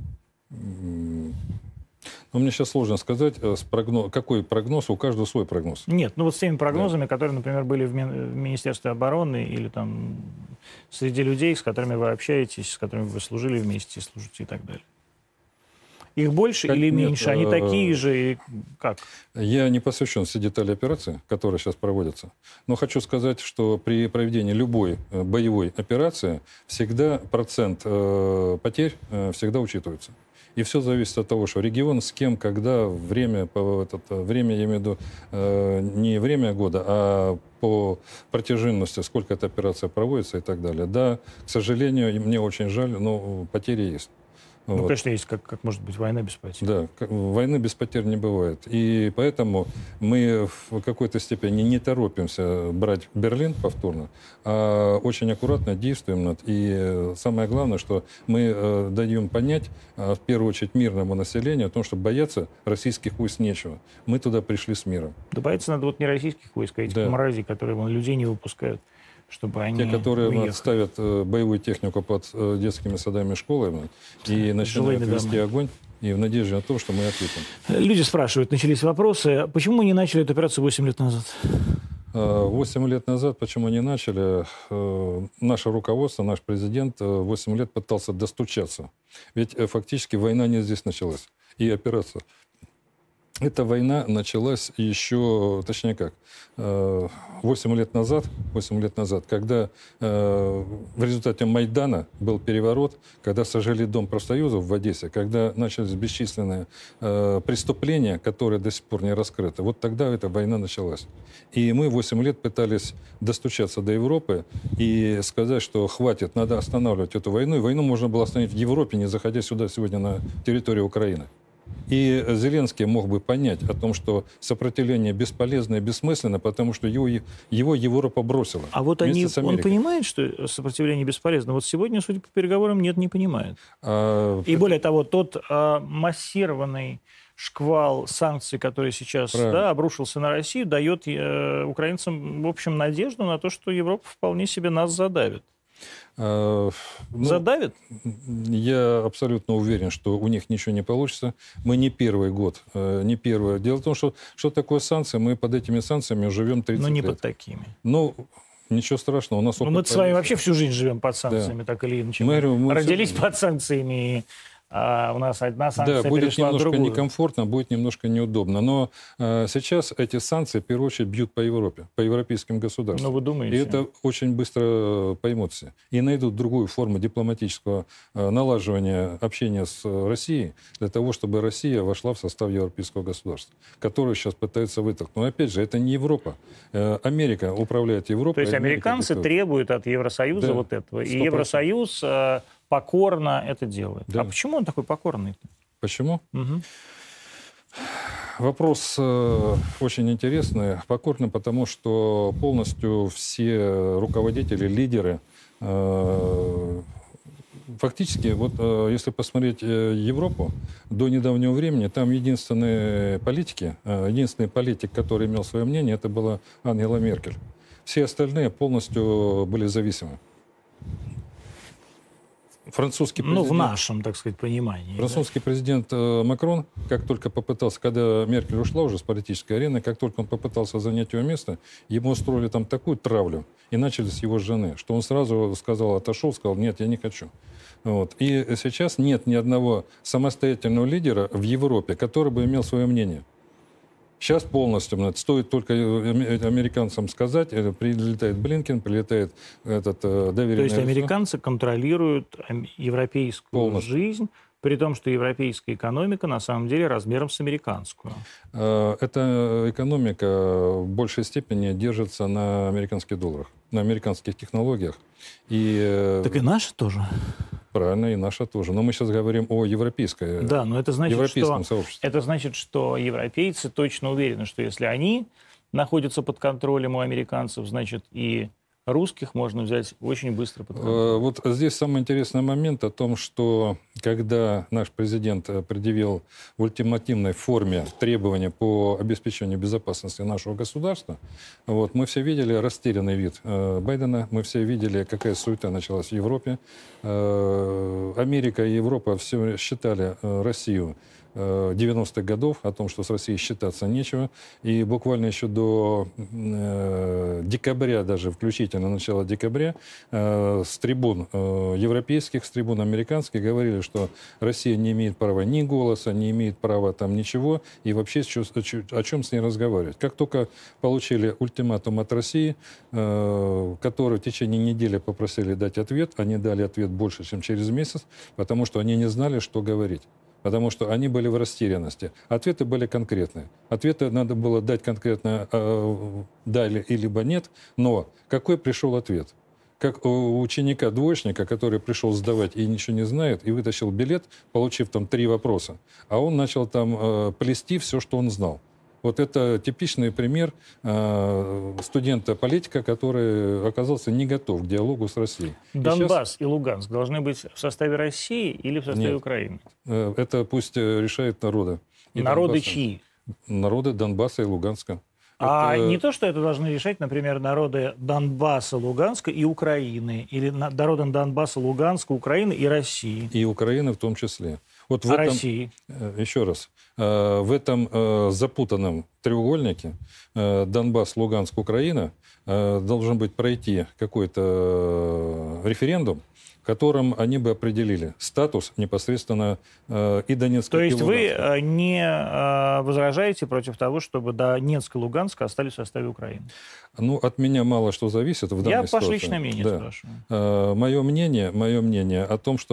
Но мне сейчас сложно сказать, какой прогноз, у каждого свой прогноз. Нет, ну вот с теми прогнозами, которые, например, были в Министерстве обороны или там среди людей, с которыми вы общаетесь, с которыми вы служили вместе, служите и так далее. Их больше или меньше? Они такие же? И как? Я не посвящен все детали операции, которые сейчас проводятся. Но хочу сказать, что при проведении любой боевой операции всегда процент потерь всегда учитывается. И все зависит от того, что регион, с кем, когда, время, время, я имею в виду, не время года, а по протяженности, сколько эта операция проводится и так далее. Да, к сожалению, мне очень жаль, но потери есть. Ну, вот. Конечно, есть, как может быть война без потерь. Да, войны без потерь не бывает. И поэтому мы в какой-то степени не торопимся брать Берлин повторно, а очень аккуратно действуем. И самое главное, что мы даем понять, в первую очередь, мирному населению о том, что бояться российских войск нечего. Мы туда пришли с миром. Да бояться надо вот не российских войск, а этих мразей, которые людей не выпускают. Чтобы они те, которые уехали. ставят боевую технику под детскими садами и школами и начинают вести огонь, и в надежде на то, что мы ответим. Люди спрашивают, начались вопросы, почему мы не начали эту операцию 8 лет назад? 8 лет назад, почему не начали? Наше руководство, наш президент 8 лет пытался достучаться. Ведь фактически война не здесь началась. И операция. Эта война началась еще, точнее как, 8 лет назад, когда в результате Майдана был переворот, когда сожгли Дом профсоюзов в Одессе, когда начались бесчисленные преступления, которые до сих пор не раскрыты. Вот тогда эта война началась. И мы 8 лет пытались достучаться до Европы и сказать, что хватит, надо останавливать эту войну. И войну можно было остановить в Европе, не заходя сюда сегодня на территорию Украины. И Зеленский мог бы понять о том, что сопротивление бесполезно и бессмысленно, потому что его Европа бросила. А вот он понимает, что сопротивление бесполезно? Вот сегодня, судя по переговорам, нет, не понимает. И более того, тот массированный шквал санкций, который сейчас обрушился на Россию, дает украинцам, в общем, надежду на то, что Европа вполне себе нас задавит. Задавит? Я абсолютно уверен, что у них ничего не получится. Мы не первый год, не первый. Дело в том, что такое санкции, мы под этими санкциями живем 30 лет. Но не под такими. Ну, ничего страшного. У нас мы с вами вообще всю жизнь живем под санкциями, так или иначе. Мы родились под санкциями. у нас одна санкция Да, будет перешла в немножко другую. некомфортно, будет немножко неудобно. Но сейчас эти санкции, в первую очередь, бьют по Европе, по европейским государствам. Ну, вы думаете? И это очень быстро поймут все. И найдут другую форму дипломатического налаживания общения с Россией для того, чтобы Россия вошла в состав европейского государства, которое сейчас пытается вытолкнуть. Но опять же, это не Европа. Америка управляет Европой. То есть американцы требуют от Евросоюза вот этого. 100%. И Евросоюз покорно это делает. Да. А почему он такой покорный? Почему? Вопрос очень интересный. Покорно, потому что полностью все руководители, лидеры, фактически, вот если посмотреть Европу, до недавнего времени, там единственный политик, который имел свое мнение, это была Ангела Меркель. Все остальные полностью были зависимы. Французский президент, в нашем, так сказать, понимании. Французский президент Макрон, как только попытался, когда Меркель ушла уже с политической арены, как только он попытался занять его место, ему устроили там такую травлю, и начали с его жены, что он сразу отошел, сказал, нет, я не хочу. Вот. И сейчас нет ни одного самостоятельного лидера в Европе, который бы имел свое мнение. Сейчас полностью, стоит только американцам сказать, прилетает Блинкен, прилетает этот доверенный... То есть американцы контролируют европейскую жизнь, при том, что европейская экономика на самом деле размером с американскую. Эта экономика в большей степени держится на американских долларах, на американских технологиях. Так и наши тоже. Правильно, и наша тоже. Но мы сейчас говорим о европейском сообществе. Это значит, что европейцы точно уверены, что если они находятся под контролем у американцев, значит, и русских можно взять очень быстро под контроль. Вот здесь самый интересный момент о том, что когда наш президент предъявил в ультимативной форме требования по обеспечению безопасности нашего государства, мы все видели растерянный вид Байдена, мы все видели, какая суета началась в Европе. Америка и Европа все считали Россию 90-х годов, о том, что с Россией считаться нечего. И буквально еще до декабря, даже включительно начала декабря, с трибун европейских, с трибун американских говорили, что Россия не имеет права ни голоса, не имеет права там ничего, и вообще о чем с ней разговаривать. Как только получили ультиматум от России, который в течение недели попросили дать ответ, они дали ответ больше, чем через месяц, потому что они не знали, что говорить. Потому что они были в растерянности. Ответы были конкретные. Ответы надо было дать конкретно да либо нет. Но какой пришел ответ? Как у ученика-двоечника, который пришел сдавать и ничего не знает, и вытащил билет, получив там 3 вопроса. А он начал там плести все, что он знал. Вот это типичный пример студента-политика, который оказался не готов к диалогу с Россией. Донбасс и Луганск должны быть в составе России или в составе Украины? Это пусть решают народы. Народы чьи? Народы Донбасса и Луганска. Не то, что это должны решать, например, народы Донбасса, Луганска и Украины, или народы Донбасса, Луганска, Украины и России. И Украины в том числе. Вот России? Еще раз. В этом запутанном треугольнике Донбасс, Луганск, Украина должен быть пройти какой-то референдум, в котором они бы определили статус непосредственно и Донецка, и Луганска. То есть вы не возражаете против того, чтобы Донецк и Луганск остались в составе Украины? От меня мало что зависит в данной ситуации. Я ваше личное мнение спрашиваю. Мое мнение о том,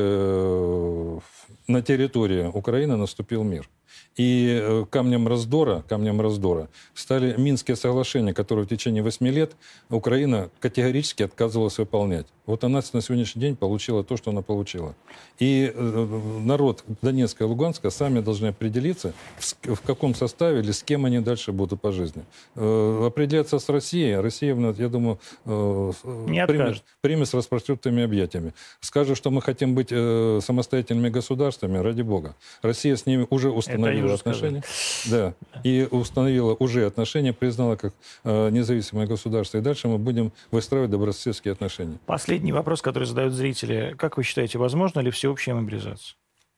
чтобы на территории Украины наступил мир. И камнем раздора стали Минские соглашения, которые в течение 8 лет Украина категорически отказывалась выполнять. Вот она на сегодняшний день получила то, что она получила. И народ Донецка и Луганска сами должны определиться, в каком составе или с кем они дальше будут по жизни. Определяться с Россией. Россия, я думаю, примет с распростертыми объятиями. Скажет, что мы хотим быть самостоятельными государствами, ради бога. Россия с ними уже установила отношения. Да. И установила уже отношения, признала как независимое государство. И дальше мы будем выстраивать добрососедские отношения. Последний вопрос, который задают зрители. Как вы считаете, возможно ли всеобщая мобилизация?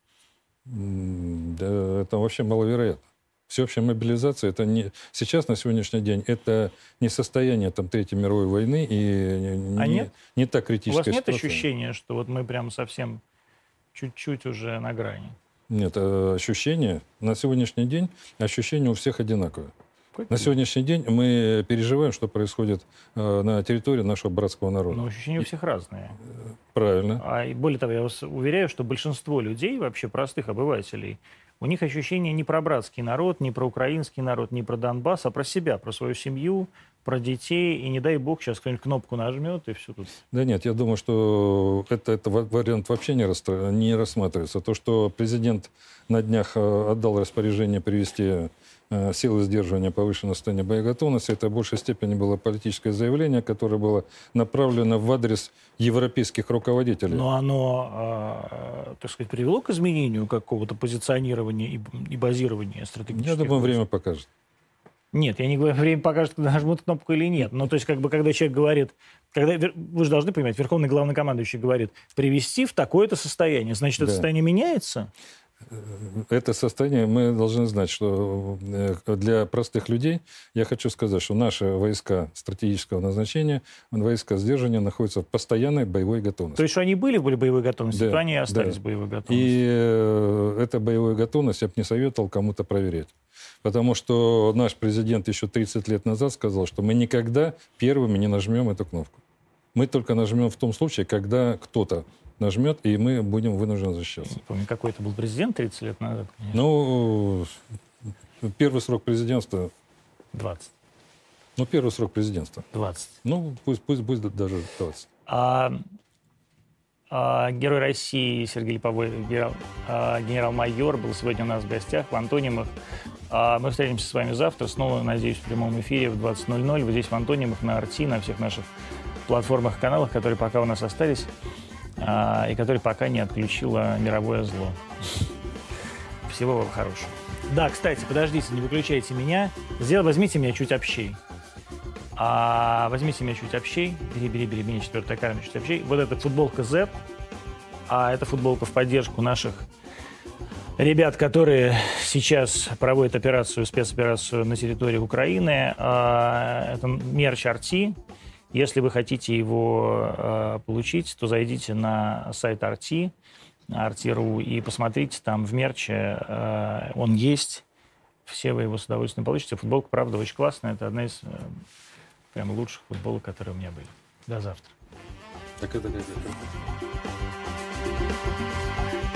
Да, это вообще маловероятно. Всеобщая мобилизация это не сейчас, на сегодняшний день, это не состояние Третьей мировой войны и не та критическая ситуация. У вас нет ощущения, что вот мы прям совсем чуть-чуть уже на грани? Нет, ощущения, на сегодняшний день ощущения у всех одинаковые. Какие? На сегодняшний день мы переживаем, что происходит на территории нашего братского народа. Но ощущения у всех разные. Правильно. И более того, я вас уверяю, что большинство людей, вообще простых обывателей, у них ощущения не про братский народ, не про украинский народ, не про Донбасс, а про себя, про свою семью, про детей. И не дай бог, сейчас кто-нибудь кнопку нажмет, и все тут. Да нет, я думаю, что это вариант вообще не рассматривается. То, что президент на днях отдал распоряжение привести силы сдерживания повышенного состояния боеготовности, это в большей степени было политическое заявление, которое было направлено в адрес европейских руководителей. Но оно, так сказать, привело к изменению какого-то позиционирования и базирования стратегических. Я думаю, время покажет. Нет, я не говорю, время покажет, когда нажмут кнопку или нет. Ну, то есть, когда человек говорит, вы же должны понимать, верховный главнокомандующий говорит, привести в такое-то состояние, значит, это состояние меняется? Это состояние мы должны знать, что для простых людей, я хочу сказать, что наши войска стратегического назначения, войска сдерживания находятся в постоянной боевой готовности. То есть, что они были в боевой готовности, то они и остались в боевой готовности. И эта боевая готовность я бы не советовал кому-то проверять. Потому что наш президент еще 30 лет назад сказал, что мы никогда первыми не нажмем эту кнопку. Мы только нажмем в том случае, когда кто-то нажмет, и мы будем вынуждены защищаться. Не помню, какой это был президент 30 лет назад. Конечно. Ну, первый срок президентства... 20. Ну, первый срок президентства. 20. Ну, пусть даже 20. Герой России Сергей Липовой, генерал-майор, был сегодня у нас в гостях в Антонимах. Мы встретимся с вами завтра, снова, надеюсь, в прямом эфире в 20:00. Вот здесь в Антонимах, на Арти, на всех наших платформах, каналах, которые пока у нас остались, и которые пока не отключило мировое зло. Всего вам хорошего. Да, кстати, подождите, не выключайте меня. Возьмите меня чуть общей. Возьмите меня чуть общей. Бери меня, 4-я камера, чуть общей. Вот эта футболка Z. Это футболка в поддержку наших ребят, которые сейчас проводят спецоперацию на территории Украины. Это мерч Арти. Если вы хотите его получить, то зайдите на сайт Арти, Арти.ру, и посмотрите, там в мерче он есть. Все вы его с удовольствием получите. Футболка, правда, очень классная. Это одна из прям лучших футболок, которые у меня были. До завтра. Так это как это?